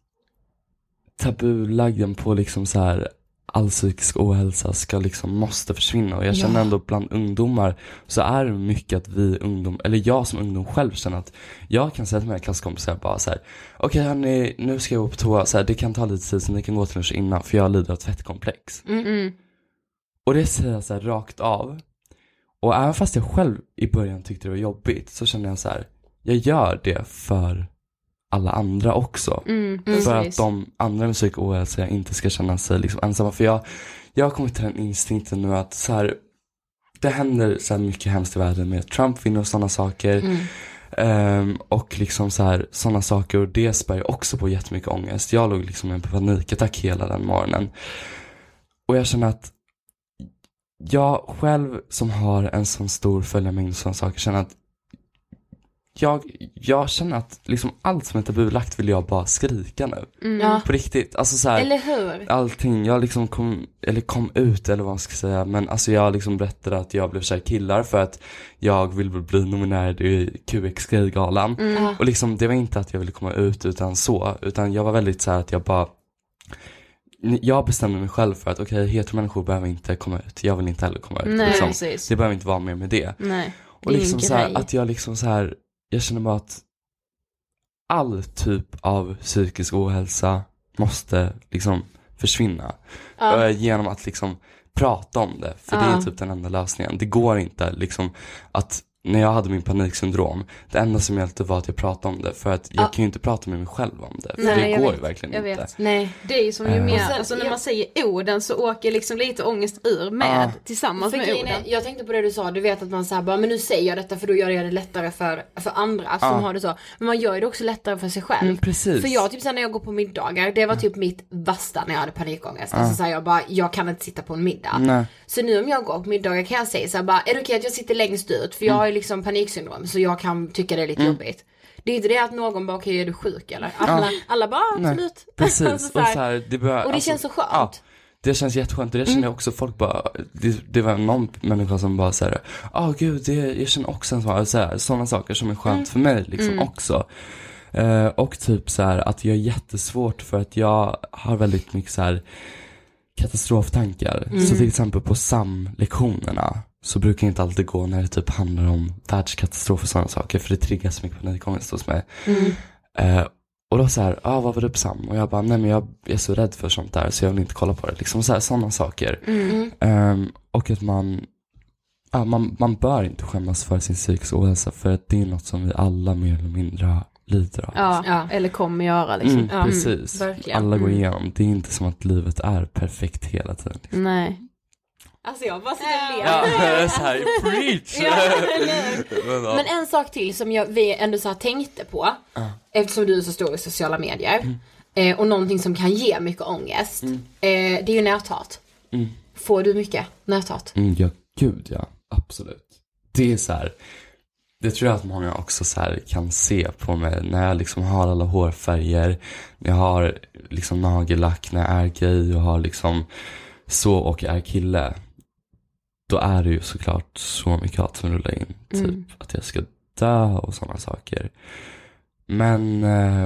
Speaker 9: tabulagden på liksom så här all psykisk ohälsa ska liksom måste försvinna. Och jag känner
Speaker 8: Ja.
Speaker 9: ändå bland ungdomar så är det mycket att vi ungdom, eller jag som ungdom själv känner att jag kan säga till mina klasskompisar bara så här: okej okay, hörni, nu ska jag gå på toa, så här, det kan ta lite tid så ni kan gå till lunch innan för jag lider av tvättkomplex.
Speaker 5: Mm.
Speaker 9: Och det säger jag så här rakt av. Och även fast jag själv i början tyckte det var jobbigt så känner jag så här: jag gör det för alla andra också.
Speaker 5: Mm,
Speaker 9: För att
Speaker 5: precis.
Speaker 9: de andra med psykisk ohälsa inte ska känna sig liksom ensamma. För jag, jag har kommit till den instinkten nu att så här, det händer så här mycket hemskt i världen med Trump vinner och sådana saker.
Speaker 8: Mm.
Speaker 9: Ehm, och liksom så här, sådana saker. Och det spär också på jättemycket ångest. Jag låg liksom i en panikattack hela den morgonen. Och jag känner att jag själv som har en sån stor följarmängd och sådana saker känner att Jag, jag känner att liksom allt som är tabulagt vill jag bara skrika nu.
Speaker 5: Mm.
Speaker 8: Ja.
Speaker 9: På riktigt. Alltså så här,
Speaker 8: Eller hur?
Speaker 9: allting. Jag liksom kom, eller kom ut eller vad man ska säga. Men alltså jag liksom berättade att jag blev kär i killar för att jag vill bli nominerad i Q X Gay-galan.
Speaker 8: Ja.
Speaker 9: Och liksom det var inte att jag ville komma ut utan så. Utan jag var väldigt så här att jag bara... Jag bestämde mig själv för att okej, okay, heteromänniskor behöver inte komma ut. Jag vill inte heller komma ut.
Speaker 5: Nej,
Speaker 9: liksom.
Speaker 5: precis.
Speaker 9: Det behöver inte vara mer med det.
Speaker 5: Nej, det
Speaker 9: Och
Speaker 5: är
Speaker 9: liksom
Speaker 5: en
Speaker 9: så här,
Speaker 5: grej.
Speaker 9: att jag liksom så här, jag känner bara att all typ av psykisk ohälsa måste liksom försvinna.
Speaker 8: Ja.
Speaker 9: Uh, genom att liksom prata om det. För
Speaker 8: Ja.
Speaker 9: det är typ den enda lösningen. Det går inte liksom att när jag hade min paniksyndrom, det enda som hjälpte var att jag pratade om det. För att jag
Speaker 8: Ja.
Speaker 9: kan ju inte prata med mig själv om det. För
Speaker 5: Nej,
Speaker 9: det
Speaker 5: jag
Speaker 9: går
Speaker 5: vet.
Speaker 9: ju verkligen
Speaker 5: Jag
Speaker 9: inte.
Speaker 5: vet.
Speaker 8: Nej.
Speaker 5: Det är ju som ju
Speaker 9: Eh.
Speaker 5: mer,
Speaker 8: Och sen-
Speaker 5: alltså när
Speaker 8: jag-
Speaker 5: man säger orden så åker liksom lite ångest ur med,
Speaker 9: Ja.
Speaker 5: tillsammans
Speaker 8: För
Speaker 5: med
Speaker 8: grejen
Speaker 5: orden.
Speaker 8: är, jag tänkte på det du sa, du vet att man säger bara, men nu säger jag detta för då gör jag det lättare för, för andra som
Speaker 9: Ja.
Speaker 8: har det så. Men man gör ju det också lättare för sig själv.
Speaker 9: Mm, precis.
Speaker 8: För jag typ sen när jag går på middagar, det var typ mitt värsta när jag hade panikångest. Alltså så här, jag bara, jag kan inte sitta på en middag.
Speaker 9: Nej.
Speaker 8: Så nu om jag går på middagar kan jag säga så här, bara, är det okej att jag sitter längst ut? För jag har ju liksom paniksyndrom så jag kan tycka det är lite jobbigt. Det är inte det att någon bara, okej är du sjuk eller? Alla, alla bara,
Speaker 9: Nej,
Speaker 8: absolut.
Speaker 9: Precis.
Speaker 8: Alltså, så
Speaker 9: och,
Speaker 8: här.
Speaker 9: så här, det bör,
Speaker 8: Och det
Speaker 9: alltså,
Speaker 8: känns så skönt.
Speaker 9: Ja, det känns jätteskönt. Det känner jag också. Folk bara, det, det var någon människa som bara säger, ja oh, gud, det, jag känner också en sån, så här, sådana saker som är skönt
Speaker 8: Mm.
Speaker 9: för mig liksom också. Eh, och typ så här att jag är jättesvårt för att jag har väldigt mycket så här katastroftankar. Så till exempel på SAM-lektionerna så brukar jag inte alltid gå när det typ handlar om världskatastrof och sådana saker, för det triggar så mycket panikångest hos mig. Eh, och då så här, ah, vad var det på SAM? Och jag bara, nej men jag är så rädd för sånt där så jag vill inte kolla på det. Liksom så här, sådana saker. Um, och att man, ja, man, man bör inte skämmas för sin psykiska ohälsa, för att det är något som vi alla mer eller mindre lider av.
Speaker 5: Ja,
Speaker 8: Ja.
Speaker 5: eller kommer göra liksom.
Speaker 9: Mm,
Speaker 8: Ja,
Speaker 9: precis.
Speaker 8: mm, verkligen.
Speaker 9: Alla går igenom. Det är inte som att livet är perfekt hela tiden. Liksom.
Speaker 5: Nej.
Speaker 8: Alltså jag bara sitter och ler.
Speaker 9: Ja, så här, preach!
Speaker 8: Ja, eller-
Speaker 9: Men, ja.
Speaker 8: Men en sak till som jag, vi ändå så här tänkte på, eftersom du är så stor i sociala medier,
Speaker 9: Mm.
Speaker 8: eh, och någonting som kan ge mycket ångest, eh, det är ju näthat.
Speaker 9: Mm.
Speaker 8: Får du mycket näthat?
Speaker 9: Mm, ja, gud ja. Absolut. Det är så här, det tror jag att många också så här kan se på mig när jag liksom har alla hårfärger, när jag har liksom nagellack, när jag är gay och har liksom så och är kille. Då är det ju såklart så mycket hat som rullar in. Typ
Speaker 5: Mm.
Speaker 9: att jag ska dö och sådana saker. Men eh,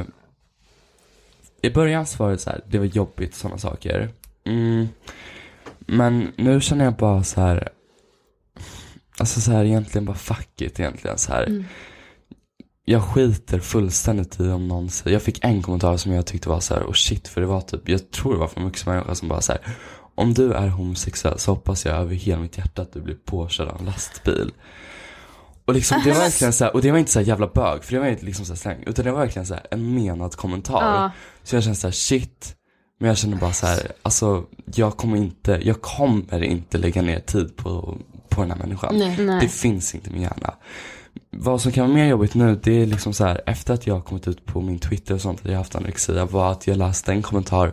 Speaker 9: i början så var det så här, det var jobbigt sådana saker. Mm. Men nu känner jag bara så här, alltså så här egentligen bara fuck it egentligen så här.
Speaker 8: Mm.
Speaker 9: Jag skiter fullständigt i om någon säger, jag fick en kommentar som jag tyckte var så här, och oh shit, för det var typ, jag tror det var från vuxna människor som bara så här, om du är homosexuell så hoppas jag över hela mitt hjärta att du blir påkörd av en lastbil. Och liksom det var verkligen så här, och det var inte så här jävla bög, för det var inte liksom så här släng, utan det var verkligen så här en menad kommentar.
Speaker 5: Ja.
Speaker 9: Så jag kände så här, shit. Men jag känner bara så här, alltså jag kommer inte, jag kommer inte lägga ner tid på, på den här människan.
Speaker 8: Nej.
Speaker 5: Nej.
Speaker 9: Det finns inte i min hjärna. Vad som kan vara mer jobbigt nu, det är liksom så här, efter att jag har kommit ut på min Twitter och sånt, att jag har haft anorexia, var att jag läste en kommentar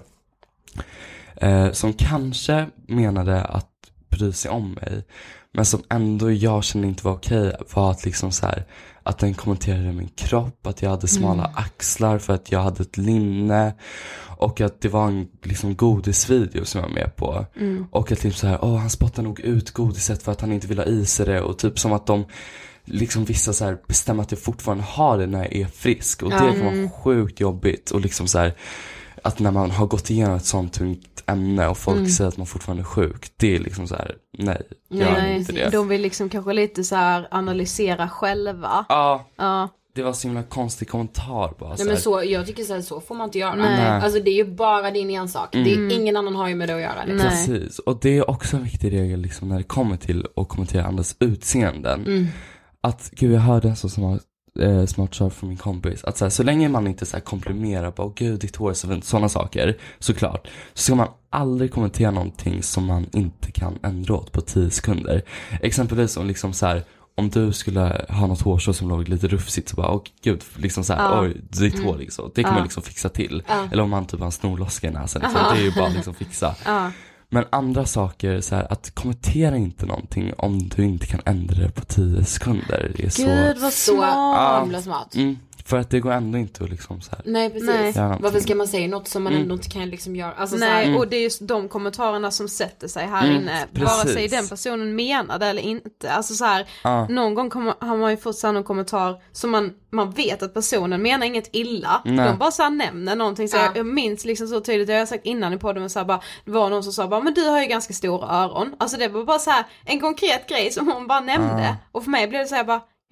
Speaker 9: eh, som kanske menade att bry sig om mig, men som ändå jag kände inte var okej, var att liksom så här, att den kommenterade min kropp, att jag hade smala
Speaker 8: Mm.
Speaker 9: axlar för att jag hade ett linne, och att det var en liksom godisvideo som jag var med på.
Speaker 5: Mm.
Speaker 9: Och att typ så här, åh han spottar nog ut godiset för att han inte vill ha i sig det, och typ som att de liksom vissa så här bestämmer att jag fortfarande har det när jag är frisk, och det kan vara sjukt jobbigt, och liksom så här, att när man har gått igenom ett sånt tungt ämne och folk säger att man fortfarande är sjuk, det är liksom så här, nej, gör
Speaker 5: Nej,
Speaker 9: inte det.
Speaker 5: de vill liksom kanske lite så här analysera själva.
Speaker 9: Ja,
Speaker 5: Ja.
Speaker 9: det var så himla konstig kommentar bara.
Speaker 8: Nej
Speaker 9: så
Speaker 8: men
Speaker 9: här.
Speaker 8: så, jag tycker så här, så får man inte göra.
Speaker 5: Nej.
Speaker 8: Alltså det är ju bara din ensak. Det är, ingen annan har ju med det att göra. Liksom.
Speaker 5: Nej.
Speaker 9: Precis, och det är också en viktig regel liksom, när det kommer till att kommentera andras utseenden.
Speaker 8: Mm.
Speaker 9: Att, gud jag hörde en så som har eh, smart sak från min kompis, att så, här, så länge man inte så här komplimerar på, åh gud ditt hår är så fint, sådana saker, såklart, så ska man aldrig kommentera någonting som man inte kan ändra åt på tio sekunder. Exempelvis om liksom så här, om du skulle ha något hårstrå som låg lite rufsigt, så bara, åh gud, liksom så här,
Speaker 5: Ja.
Speaker 9: oj, ditt hår liksom, det kan
Speaker 5: Ja.
Speaker 9: man liksom fixa till.
Speaker 8: Ja.
Speaker 9: Eller om man typ har en snorloska i näsan, liksom, det är ju bara liksom fixa.
Speaker 5: Ja.
Speaker 9: Men andra saker, så här, att kommentera inte någonting om du inte kan ändra det på tio sekunder. Det är så...
Speaker 5: Gud vad
Speaker 8: Så
Speaker 5: smart.
Speaker 8: himla smart.
Speaker 9: Mm, för att det går ändå inte att liksom så här.
Speaker 8: Nej precis.
Speaker 5: Nej.
Speaker 9: Ja,
Speaker 8: Varför ska man säga något som man
Speaker 9: Mm.
Speaker 8: ändå inte kan liksom göra? Alltså, så
Speaker 5: Nej,
Speaker 8: här,
Speaker 5: och det är just de kommentarerna som sätter sig här
Speaker 9: Mm,
Speaker 5: inne.
Speaker 9: precis.
Speaker 5: Vare sig den personen menade eller inte. Alltså så här,
Speaker 9: Ja.
Speaker 5: någon gång kommer, har man ju fått så här någon kommentar som man, man vet att personen menar inget illa.
Speaker 9: Nej.
Speaker 5: De bara så här nämner någonting. Så
Speaker 8: Ja.
Speaker 5: jag, jag minns liksom så tydligt, det har jag sagt innan i podden, men så här bara, det var någon som sa bara, men du har ju ganska stora öron. Alltså det var bara så här en konkret grej som hon bara nämnde.
Speaker 9: Ja.
Speaker 5: Och för mig blev det så här bara,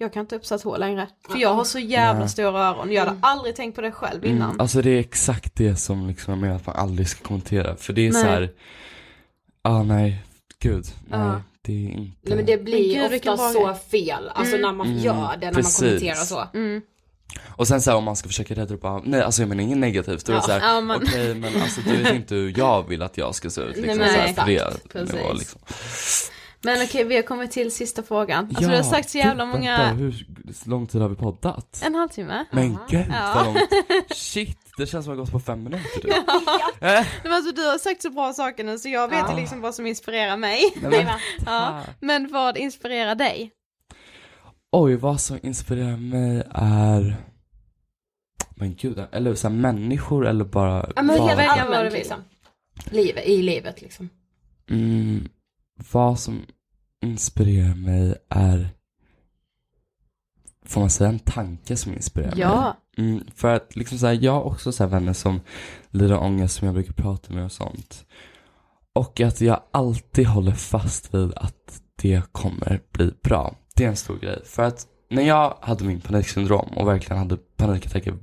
Speaker 5: jag kan inte uppsatt hår längre. För jag har så jävla
Speaker 9: Nej.
Speaker 5: stora öron. Jag hade mm. aldrig tänkt på det själv innan.
Speaker 9: Mm, alltså det är exakt det som liksom jag menar att man aldrig ska kommentera. För det är nej. så här. Ah nej, gud, nej.
Speaker 8: Ja.
Speaker 9: Det är inte...
Speaker 8: Nej, men det blir
Speaker 5: men gud,
Speaker 8: ofta
Speaker 5: bara...
Speaker 8: så fel. Alltså
Speaker 5: mm.
Speaker 8: när man
Speaker 9: mm.
Speaker 8: gör det, när
Speaker 9: Precis.
Speaker 8: man kommenterar så.
Speaker 5: Mm.
Speaker 9: Och sen så här, om man ska försöka rädda upp av, nej alltså jag menar inget negativt. Då är det så här,
Speaker 5: ja, men...
Speaker 9: okej okay, men alltså du vet inte hur jag vill att jag ska se ut. Liksom,
Speaker 5: nej,
Speaker 9: så här,
Speaker 5: nej,
Speaker 9: för det,
Speaker 5: precis.
Speaker 9: det var liksom...
Speaker 5: Men okej, okay, vi har kommit till sista frågan. Alltså
Speaker 9: ja,
Speaker 5: vi har sagt så jävla
Speaker 9: gud,
Speaker 5: många...
Speaker 9: Vänta, hur lång tid har vi poddat?
Speaker 5: En halvtimme.
Speaker 9: Men gud,
Speaker 5: ja.
Speaker 9: vad långt. Shit, det känns som att jag gått på fem minuter typ.
Speaker 5: Ja. äh? Men alltså du har sagt så bra saker nu så jag vet ja. liksom vad som inspirerar mig.
Speaker 9: Nej, men,
Speaker 5: ja. men vad inspirerar dig?
Speaker 9: Oj, vad som inspirerar mig är... Men gud, eller så här, människor eller bara...
Speaker 8: Ja, men
Speaker 5: jag välja vad du vill.
Speaker 8: Liksom. Livet, i livet liksom.
Speaker 9: Mm, vad som inspirerar mig är... Får man säga en tanke som inspirerar
Speaker 5: ja.
Speaker 9: mig? Mm, för att liksom så här, jag har också så här vänner som lider ångest som jag brukar prata med och sånt. Och att jag alltid håller fast vid att det kommer bli bra. Det är en stor grej. För att när jag hade min paniksyndrom och verkligen hade panikattacker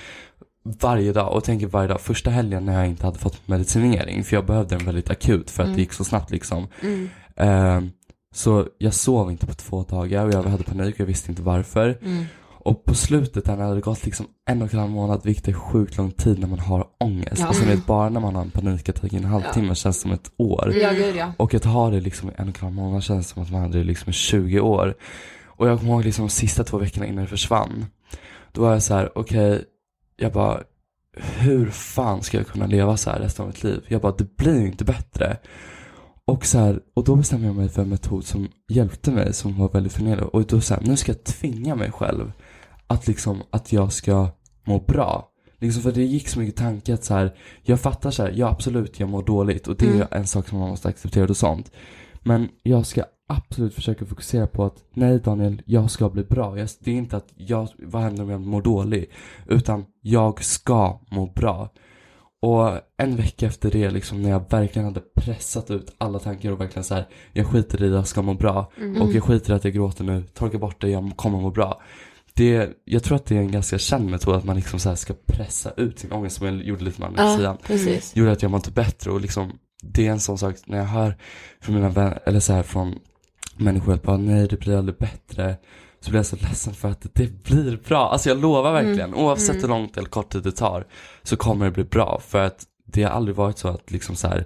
Speaker 9: varje dag och tänker varje dag, första helgen när jag inte hade fått medicinering, för jag behövde den väldigt akut för att mm. det gick så snabbt liksom.
Speaker 5: Mm.
Speaker 9: Uh, så jag sov inte på två dagar och jag hade panik och jag visste inte varför.
Speaker 5: Mm.
Speaker 9: Och på slutet när det hade gått liksom en och en halv månad, vilket är sjukt lång tid när man har ångest.
Speaker 8: Ja.
Speaker 9: Och sen är det bara när man har en panikattack i en halvtimme ja. känns som ett år.
Speaker 8: Ja, gud, ja.
Speaker 9: Och att ha det liksom en och en halv månad känns som att man hade det liksom i tjugo år. Och jag kommer ihåg liksom de sista två veckorna innan det försvann. Då var jag så här, okej, okay, jag bara, hur fan ska jag kunna leva så här resten av mitt liv? Jag bara, det blir ju inte bättre. Och så här, och då bestämde jag mig för en metod som hjälpte mig, som var väldigt förnedrande. Och då så här, nu ska jag tvinga mig själv att liksom, att jag ska må bra. Liksom för det gick så mycket tankar att så här, jag fattar så här, ja absolut jag mår dåligt och det mm. är en sak som man måste acceptera och sånt. Men jag ska absolut försöka fokusera på att nej Daniel, jag ska bli bra. Jag, det är inte att jag, vad händer om jag mår dålig, utan jag ska må bra. Och en vecka efter det liksom, när jag verkligen hade pressat ut alla tankar och verkligen så här, jag skiter i, jag ska må bra. Mm. Och jag skiter i att jag gråter nu, torka bort det, jag kommer må bra. Det, jag tror att det är en ganska känd metod att man liksom så här ska pressa ut sin ångest, som jag gjorde lite med andra sidan.
Speaker 8: Precis.
Speaker 9: Gjorde att jag mådde bättre och liksom, det är en sån sak när jag hör från mina vänner, eller så här från människor att bara nej det blir aldrig bättre, så blir jag så ledsen för att det blir bra. Alltså jag lovar verkligen, mm. oavsett mm. hur långt eller kort tid det tar så kommer det bli bra. För att det har aldrig varit så att liksom så här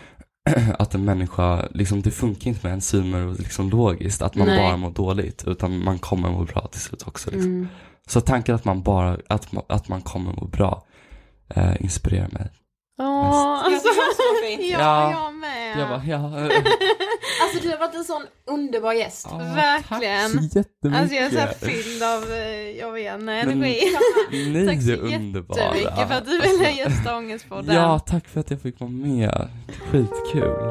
Speaker 9: att en människa, liksom det funkar inte med enzymer och liksom logiskt att man nej. bara mår dåligt, utan man kommer må bra till slut också liksom. Mm. Så tanken att man bara, att, att man kommer må bra eh, inspirerar mig.
Speaker 5: Åh, alltså, ja,
Speaker 9: ja,
Speaker 5: jag med.
Speaker 9: Jag bara, ja.
Speaker 8: Alltså du har varit en sån underbar gäst.
Speaker 9: Ja,
Speaker 5: verkligen.
Speaker 9: Tack så jättemycket.
Speaker 5: Alltså jag är så här fylld av, jag vet inte, energi.
Speaker 9: Ni
Speaker 5: tack så
Speaker 9: är underbara.
Speaker 5: jättemycket för att du ville gästa Ångestpodden.
Speaker 9: Ja, tack för att jag fick vara med. Skitkul.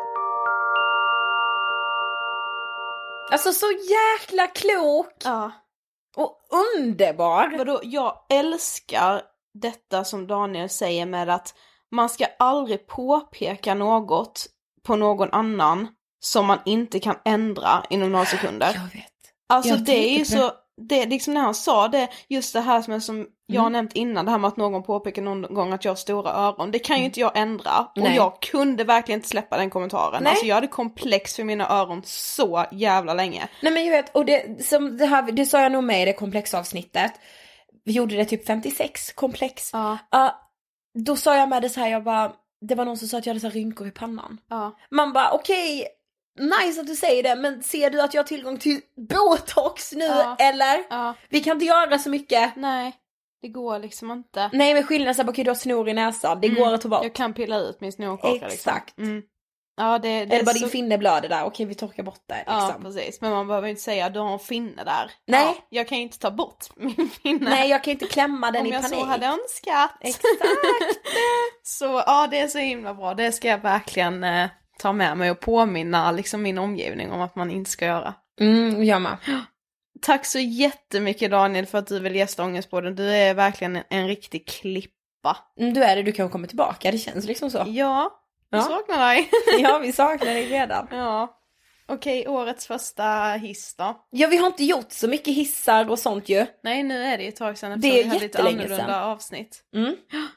Speaker 8: Alltså så jäkla klok.
Speaker 5: Ja.
Speaker 8: Och underbar.
Speaker 5: Vadå, jag älskar detta som Daniel säger med att man ska aldrig påpeka något på någon annan som man inte kan ändra inom några sekunder.
Speaker 8: Jag vet.
Speaker 5: Alltså
Speaker 8: jag
Speaker 5: det är ju så, det liksom när han sa det, just det här som, som jag har mm. nämnt innan, det här med att någon påpekar någon gång att jag har stora öron, det kan ju inte jag ändra. Och
Speaker 8: Nej.
Speaker 5: jag kunde verkligen inte släppa den kommentaren.
Speaker 8: Nej.
Speaker 5: Alltså jag hade komplex för mina öron så jävla länge.
Speaker 8: Nej men jag vet, och det, som det, här, det sa jag nog med i det komplexavsnittet. Vi gjorde det typ femtiosex komplex.
Speaker 5: Ja.
Speaker 8: Uh, då sa jag med det så här, jag bara, det var någon som sa att jag hade så här rynkor i pannan.
Speaker 5: Ja.
Speaker 8: Man bara, okej, okay, nice att du säger det, men ser du att jag har tillgång till botox nu,
Speaker 5: ja.
Speaker 8: eller?
Speaker 5: Ja.
Speaker 8: Vi kan inte göra så mycket.
Speaker 5: Nej, det går liksom inte.
Speaker 8: Nej, men skillnaden är att okay, du har snor i näsan, det mm. går att ta bort.
Speaker 5: Jag kan pilla ut min snorkaka.
Speaker 8: Exakt.
Speaker 5: Liksom. Mm. Ja, det, det
Speaker 8: eller bara
Speaker 5: så...
Speaker 8: din finne blöder där, okej vi torkar bort det. Liksom.
Speaker 5: Ja, precis. Men man behöver inte säga att du har en finne där.
Speaker 8: Nej.
Speaker 5: Ja, jag kan ju inte ta bort min finne.
Speaker 8: Nej, jag kan inte klämma den
Speaker 5: om
Speaker 8: i panik.
Speaker 5: Om jag så hade önskat.
Speaker 8: Exakt.
Speaker 5: Så ja, det är så himla bra. Det ska jag verkligen eh, ta med mig och påminna liksom min omgivning om att man inte ska göra.
Speaker 8: Mm, gör man.
Speaker 5: Tack så jättemycket Daniel för att du vill gästa Ångestpodden. Du är verkligen en, en riktig klippa.
Speaker 8: Mm, du är det, du kan komma tillbaka, det känns liksom så.
Speaker 5: Ja. Vi
Speaker 8: ja.
Speaker 5: saknar dig.
Speaker 8: Ja, vi saknar dig redan.
Speaker 5: Ja. Okej, årets första hiss då.
Speaker 8: Ja, vi har inte gjort så mycket hissar och sånt ju.
Speaker 5: Nej, nu är det ett tag sedan.
Speaker 8: Det är
Speaker 5: vi hade
Speaker 8: jättelänge
Speaker 5: lite annorlunda
Speaker 8: sedan.
Speaker 5: avsnitt.
Speaker 8: Mm.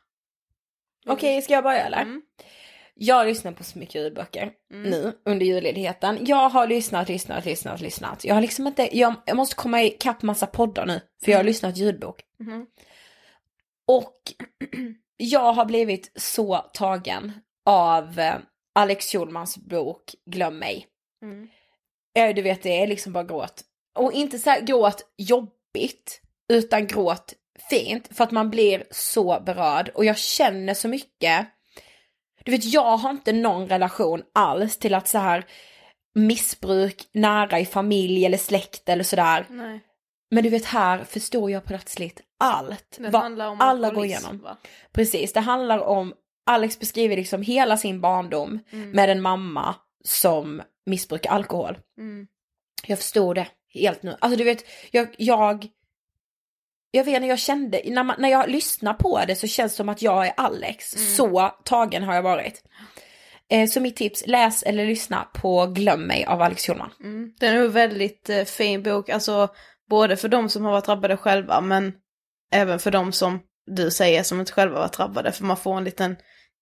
Speaker 8: Okej, ska jag börja eller?
Speaker 5: Mm.
Speaker 8: Jag lyssnar på så mycket ljudböcker mm. nu under julledigheten. Jag har lyssnat, lyssnat, lyssnat, lyssnat. Jag har liksom inte, jag, jag måste komma i kapp massa poddar nu. För jag har lyssnat ljudbok. Mm. Och jag har blivit så tagen av eh, Alex Schulmans bok Glöm mig. Mm. Ja, du vet, det är liksom bara gråt. Och inte så här gråt jobbigt, utan gråt fint. För att man blir så berörd. Och jag känner så mycket. Du vet, jag har inte någon relation alls till att så här missbruk nära i familj eller släkt eller sådär.
Speaker 5: Nej.
Speaker 8: Men du vet, här förstår jag plötsligt allt.
Speaker 5: Det
Speaker 8: vad
Speaker 5: handlar om
Speaker 8: alla går igenom. Va? Precis, det handlar om, Alex beskriver liksom hela sin barndom mm. med en mamma som missbrukar alkohol. Mm. Jag förstår det helt nu. Alltså du vet, jag, jag, jag vet när jag kände, när, man, när jag lyssnar på det så känns det som att jag är Alex. Mm. Så tagen har jag varit. Eh, så mitt tips, läs eller lyssna på Glöm mig av Alex Schulman.
Speaker 5: Mm. Den är en väldigt eh, fin bok, alltså både för de som har varit drabbade själva, men även för de som du säger som inte själva varit drabbade, för man får en liten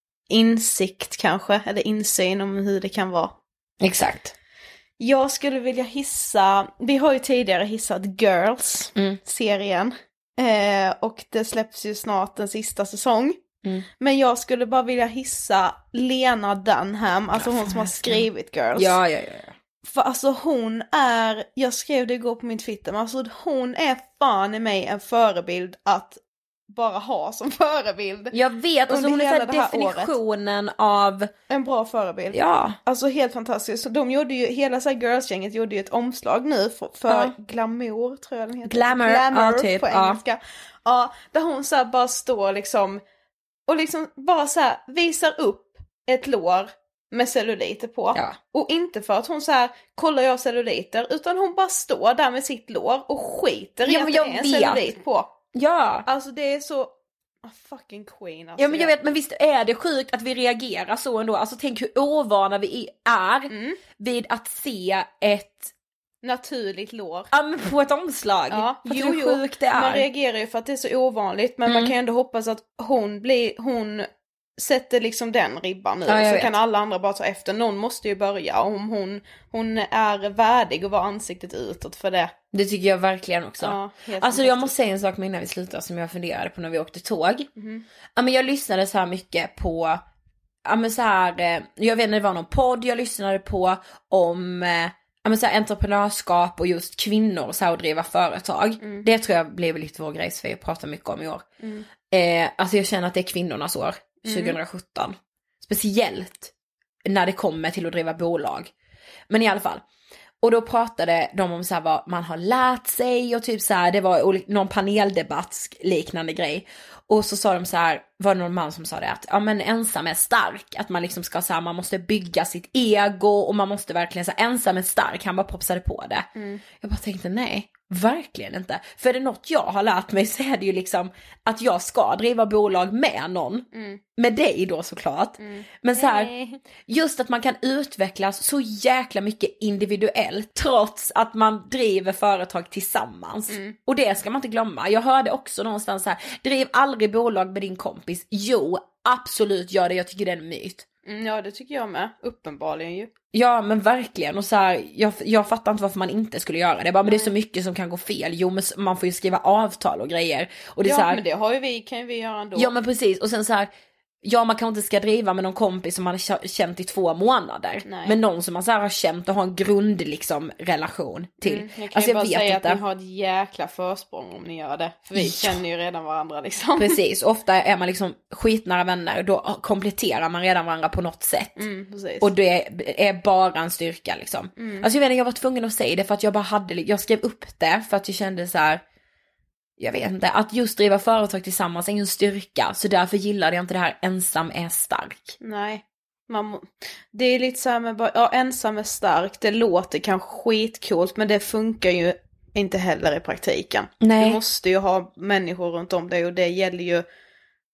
Speaker 5: insikt kanske, eller insyn om hur det kan vara.
Speaker 8: Exakt.
Speaker 5: Jag skulle vilja hissa, vi har ju tidigare hissat Girls, mm. serien, eh, och det släpps ju snart den sista säsong. Mm. Men jag skulle bara vilja hissa Lena Dunham, alltså hon som har skrivit Girls.
Speaker 8: Ja, ja, ja.
Speaker 5: För alltså hon är, jag skrev det igår på min Twitter, men alltså hon är fan i mig en förebild att bara ha som förebild.
Speaker 8: Jag vet, alltså hon är så definitionen året. Av
Speaker 5: en bra förebild.
Speaker 8: Ja.
Speaker 5: Alltså helt fantastiskt. Så de gjorde ju, hela så här Girls-gänget gjorde ju ett omslag nu för, för ja. Glamour, tror jag den heter.
Speaker 8: Glamour,
Speaker 5: Glamour
Speaker 8: ja, typ.
Speaker 5: på engelska. Ja. Ja, där hon så här bara står liksom och liksom bara så här visar upp ett lår med celluliter på.
Speaker 8: Ja.
Speaker 5: Och inte för att hon så här kollar jag celluliter, utan hon bara står där med sitt lår och skiter i
Speaker 8: ja,
Speaker 5: att det
Speaker 8: jag
Speaker 5: är en
Speaker 8: vet.
Speaker 5: cellulit på.
Speaker 8: Ja.
Speaker 5: Alltså det är så oh, fucking queen alltså.
Speaker 8: Ja, men jag vet, men visst är det sjukt att vi reagerar så ändå. Alltså tänk hur ovana vi är mm. vid att se ett
Speaker 5: naturligt lår.
Speaker 8: Ja, men på ett omslag.
Speaker 5: Ja,
Speaker 8: jo, hur sjukt det är.
Speaker 5: Man reagerar ju för att det är så ovanligt, men mm. man kan ändå hoppas att hon blir, hon sätter liksom den ribban nu, ja, så vet. Kan alla andra bara ta efter. Någon måste ju börja, om hon, hon är värdig att vara ansiktet utåt för det.
Speaker 8: Det tycker jag verkligen också.
Speaker 5: Ja,
Speaker 8: alltså jag måste säga en sak innan vi slutar som jag funderade på när vi åkte tåg. Mm. Ja, men jag lyssnade så här mycket på, ja men så här, jag vet inte, det var någon podd jag lyssnade på om ja, men så här, entreprenörskap och just kvinnor så här, och driva företag. Mm. Det tror jag blev lite vår grej, för jag pratar mycket om i år. Mm. Eh, alltså jag känner att det är kvinnornas år. tjugo sjutton. Mm. Speciellt när det kommer till att driva bolag. Men i alla fall. Och då pratade de om så här vad man har lärt sig och typ så här, det var någon paneldebatt liknande grej. Och så sa de så här, var det någon man som sa det att ja men ensam är stark, att man liksom ska så här, man måste bygga sitt ego och man måste verkligen så här, ensam är stark, han bara popsade på det. Mm. Jag bara tänkte nej, verkligen inte. För är det något jag har lärt mig så är det ju liksom att jag ska driva bolag med någon. Mm. Med dig då såklart. Mm. Men så här, just att man kan utvecklas så jäkla mycket individuellt trots att man driver företag tillsammans. Mm. Och det ska man inte glömma. Jag hörde också någonstans så här, driv aldrig bolag med din kompis. Jo, absolut gör det. Jag tycker det är en myt.
Speaker 5: Mm, ja, det tycker jag med. Uppenbarligen ju.
Speaker 8: Ja, men verkligen. Och så här, jag, jag fattar inte varför man inte skulle göra det. Bara, men det är så mycket som kan gå fel. Jo, men man får ju skriva avtal och grejer. Och det är
Speaker 5: ja,
Speaker 8: så här,
Speaker 5: men det har ju vi, kan ju vi göra ändå.
Speaker 8: Ja, men precis. Och sen så här, ja, man kanske inte ska driva med någon kompis som man har känt i två månader. Nej. Men någon som man så här har känt och har en grund liksom relation till. Mm, jag kan alltså,
Speaker 5: ju bara
Speaker 8: jag
Speaker 5: säga
Speaker 8: inte.
Speaker 5: Att ni har ett jäkla försprång om ni gör det. För vi ja. känner ju redan varandra liksom.
Speaker 8: Precis, ofta är man liksom skitnära vänner. Då kompletterar man redan varandra på något sätt.
Speaker 5: Mm, precis.
Speaker 8: Och det är bara en styrka liksom. Mm. Alltså jag vet inte, jag var tvungen att säga det för att jag bara hade, jag skrev upp det för att jag kände så här. Jag vet inte, att just driva företag tillsammans är en styrka. Så därför gillade jag inte det här ensam är stark.
Speaker 5: Nej, man, det är lite så här med bara, ja, ensam är stark. Det låter kanske skitcoolt, men det funkar ju inte heller i praktiken.
Speaker 8: Nej.
Speaker 5: Du måste ju ha människor runt om dig, och det gäller ju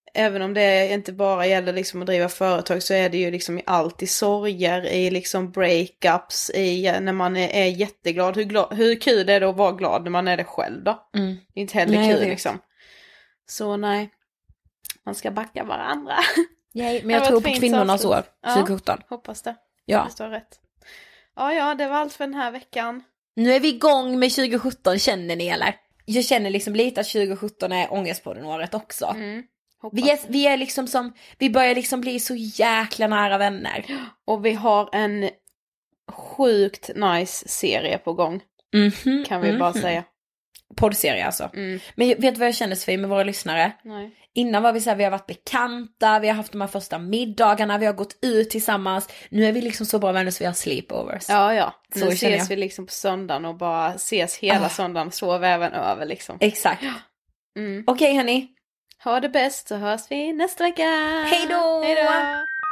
Speaker 5: även om det inte bara gäller liksom att driva företag, så är det ju liksom i allt, i sorger, i liksom breakups, i när man är, är jätteglad. Hur, glad, hur kul är det att vara glad när man är det själv då? Mm. Det är inte heller nej, kul liksom. Så nej, man ska backa varandra.
Speaker 8: Nej, men jag tror på kvinnornas år, tjugohjorton.
Speaker 5: Ja, hoppas det.
Speaker 8: Ja.
Speaker 5: Det står rätt. Ja, ja, det var allt för den här veckan.
Speaker 8: Nu är vi igång med tjugohjorton, känner ni eller? Jag känner liksom lite att tjugohjorton är ångestpodden-året också. Mm, vi, är, vi är liksom som, vi börjar liksom bli så jäkla nära vänner.
Speaker 5: Och vi har en sjukt nice serie på gång. Mm-hmm, kan vi mm-hmm. bara säga.
Speaker 8: Poddserie alltså. Mm. Men vet du vad jag känner, Sofie, med våra lyssnare?
Speaker 5: Nej.
Speaker 8: Innan var vi så här, vi har varit bekanta, vi har haft de här första middagarna, vi har gått ut tillsammans. Nu är vi liksom så bra vänner så vi har sleepovers.
Speaker 5: Ja, ja. Så nu ses vi liksom på söndagen och bara ses hela ah. söndagen, sover även över liksom.
Speaker 8: Exakt. Mm. Okej, okay, hörni.
Speaker 5: Ha det bäst, så hörs vi nästa vecka.
Speaker 8: Hej då!
Speaker 5: Hej då!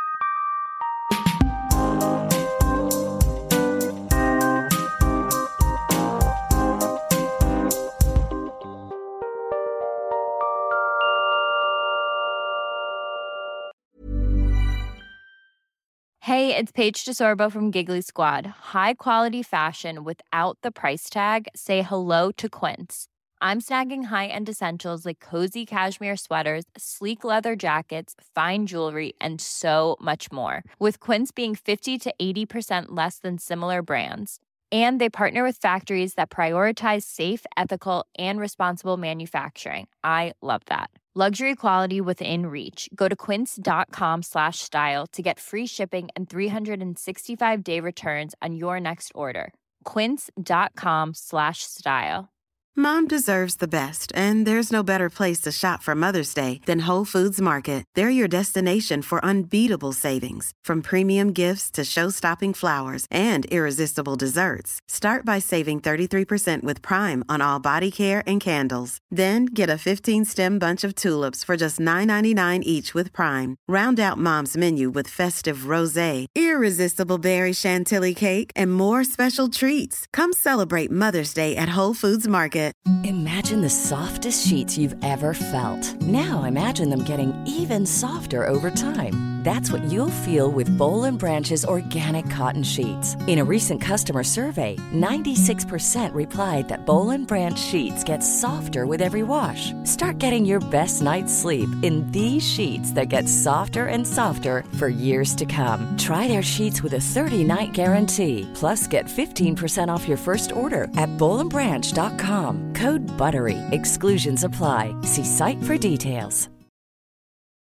Speaker 12: Hey, it's Paige DeSorbo from Giggly Squad. High quality fashion without the price tag. Say hello to Quince. I'm snagging high-end essentials like cozy cashmere sweaters, sleek leather jackets, fine jewelry, and so much more. With Quince being fifty to eighty percent less than similar brands. And they partner with factories that prioritize safe, ethical, and responsible manufacturing. I love that. Luxury quality within reach. Go to quince.com slash style to get free shipping and three sixty-five day returns on your next order. Quince.com slash style.
Speaker 13: Mom deserves the best, and there's no better place to shop for Mother's Day than Whole Foods Market. They're your destination for unbeatable savings, from premium gifts to show-stopping flowers and irresistible desserts. Start by saving thirty-three percent with Prime on all body care and candles. Then get a fifteen-stem bunch of tulips for just nine ninety-nine each with Prime. Round out Mom's menu with festive rosé, irresistible berry chantilly cake, and more special treats. Come celebrate Mother's Day at Whole Foods Market.
Speaker 14: Imagine the softest sheets you've ever felt. Now imagine them getting even softer over time. That's what you'll feel with Boll and Branch's organic cotton sheets. In a recent customer survey, ninety-six percent replied that Boll and Branch sheets get softer with every wash. Start getting your best night's sleep in these sheets that get softer and softer for years to come. Try their sheets with a thirty-night guarantee. Plus, get fifteen percent off your first order at boll and branch dot com. Code BUTTERY. Exclusions apply. See site for details.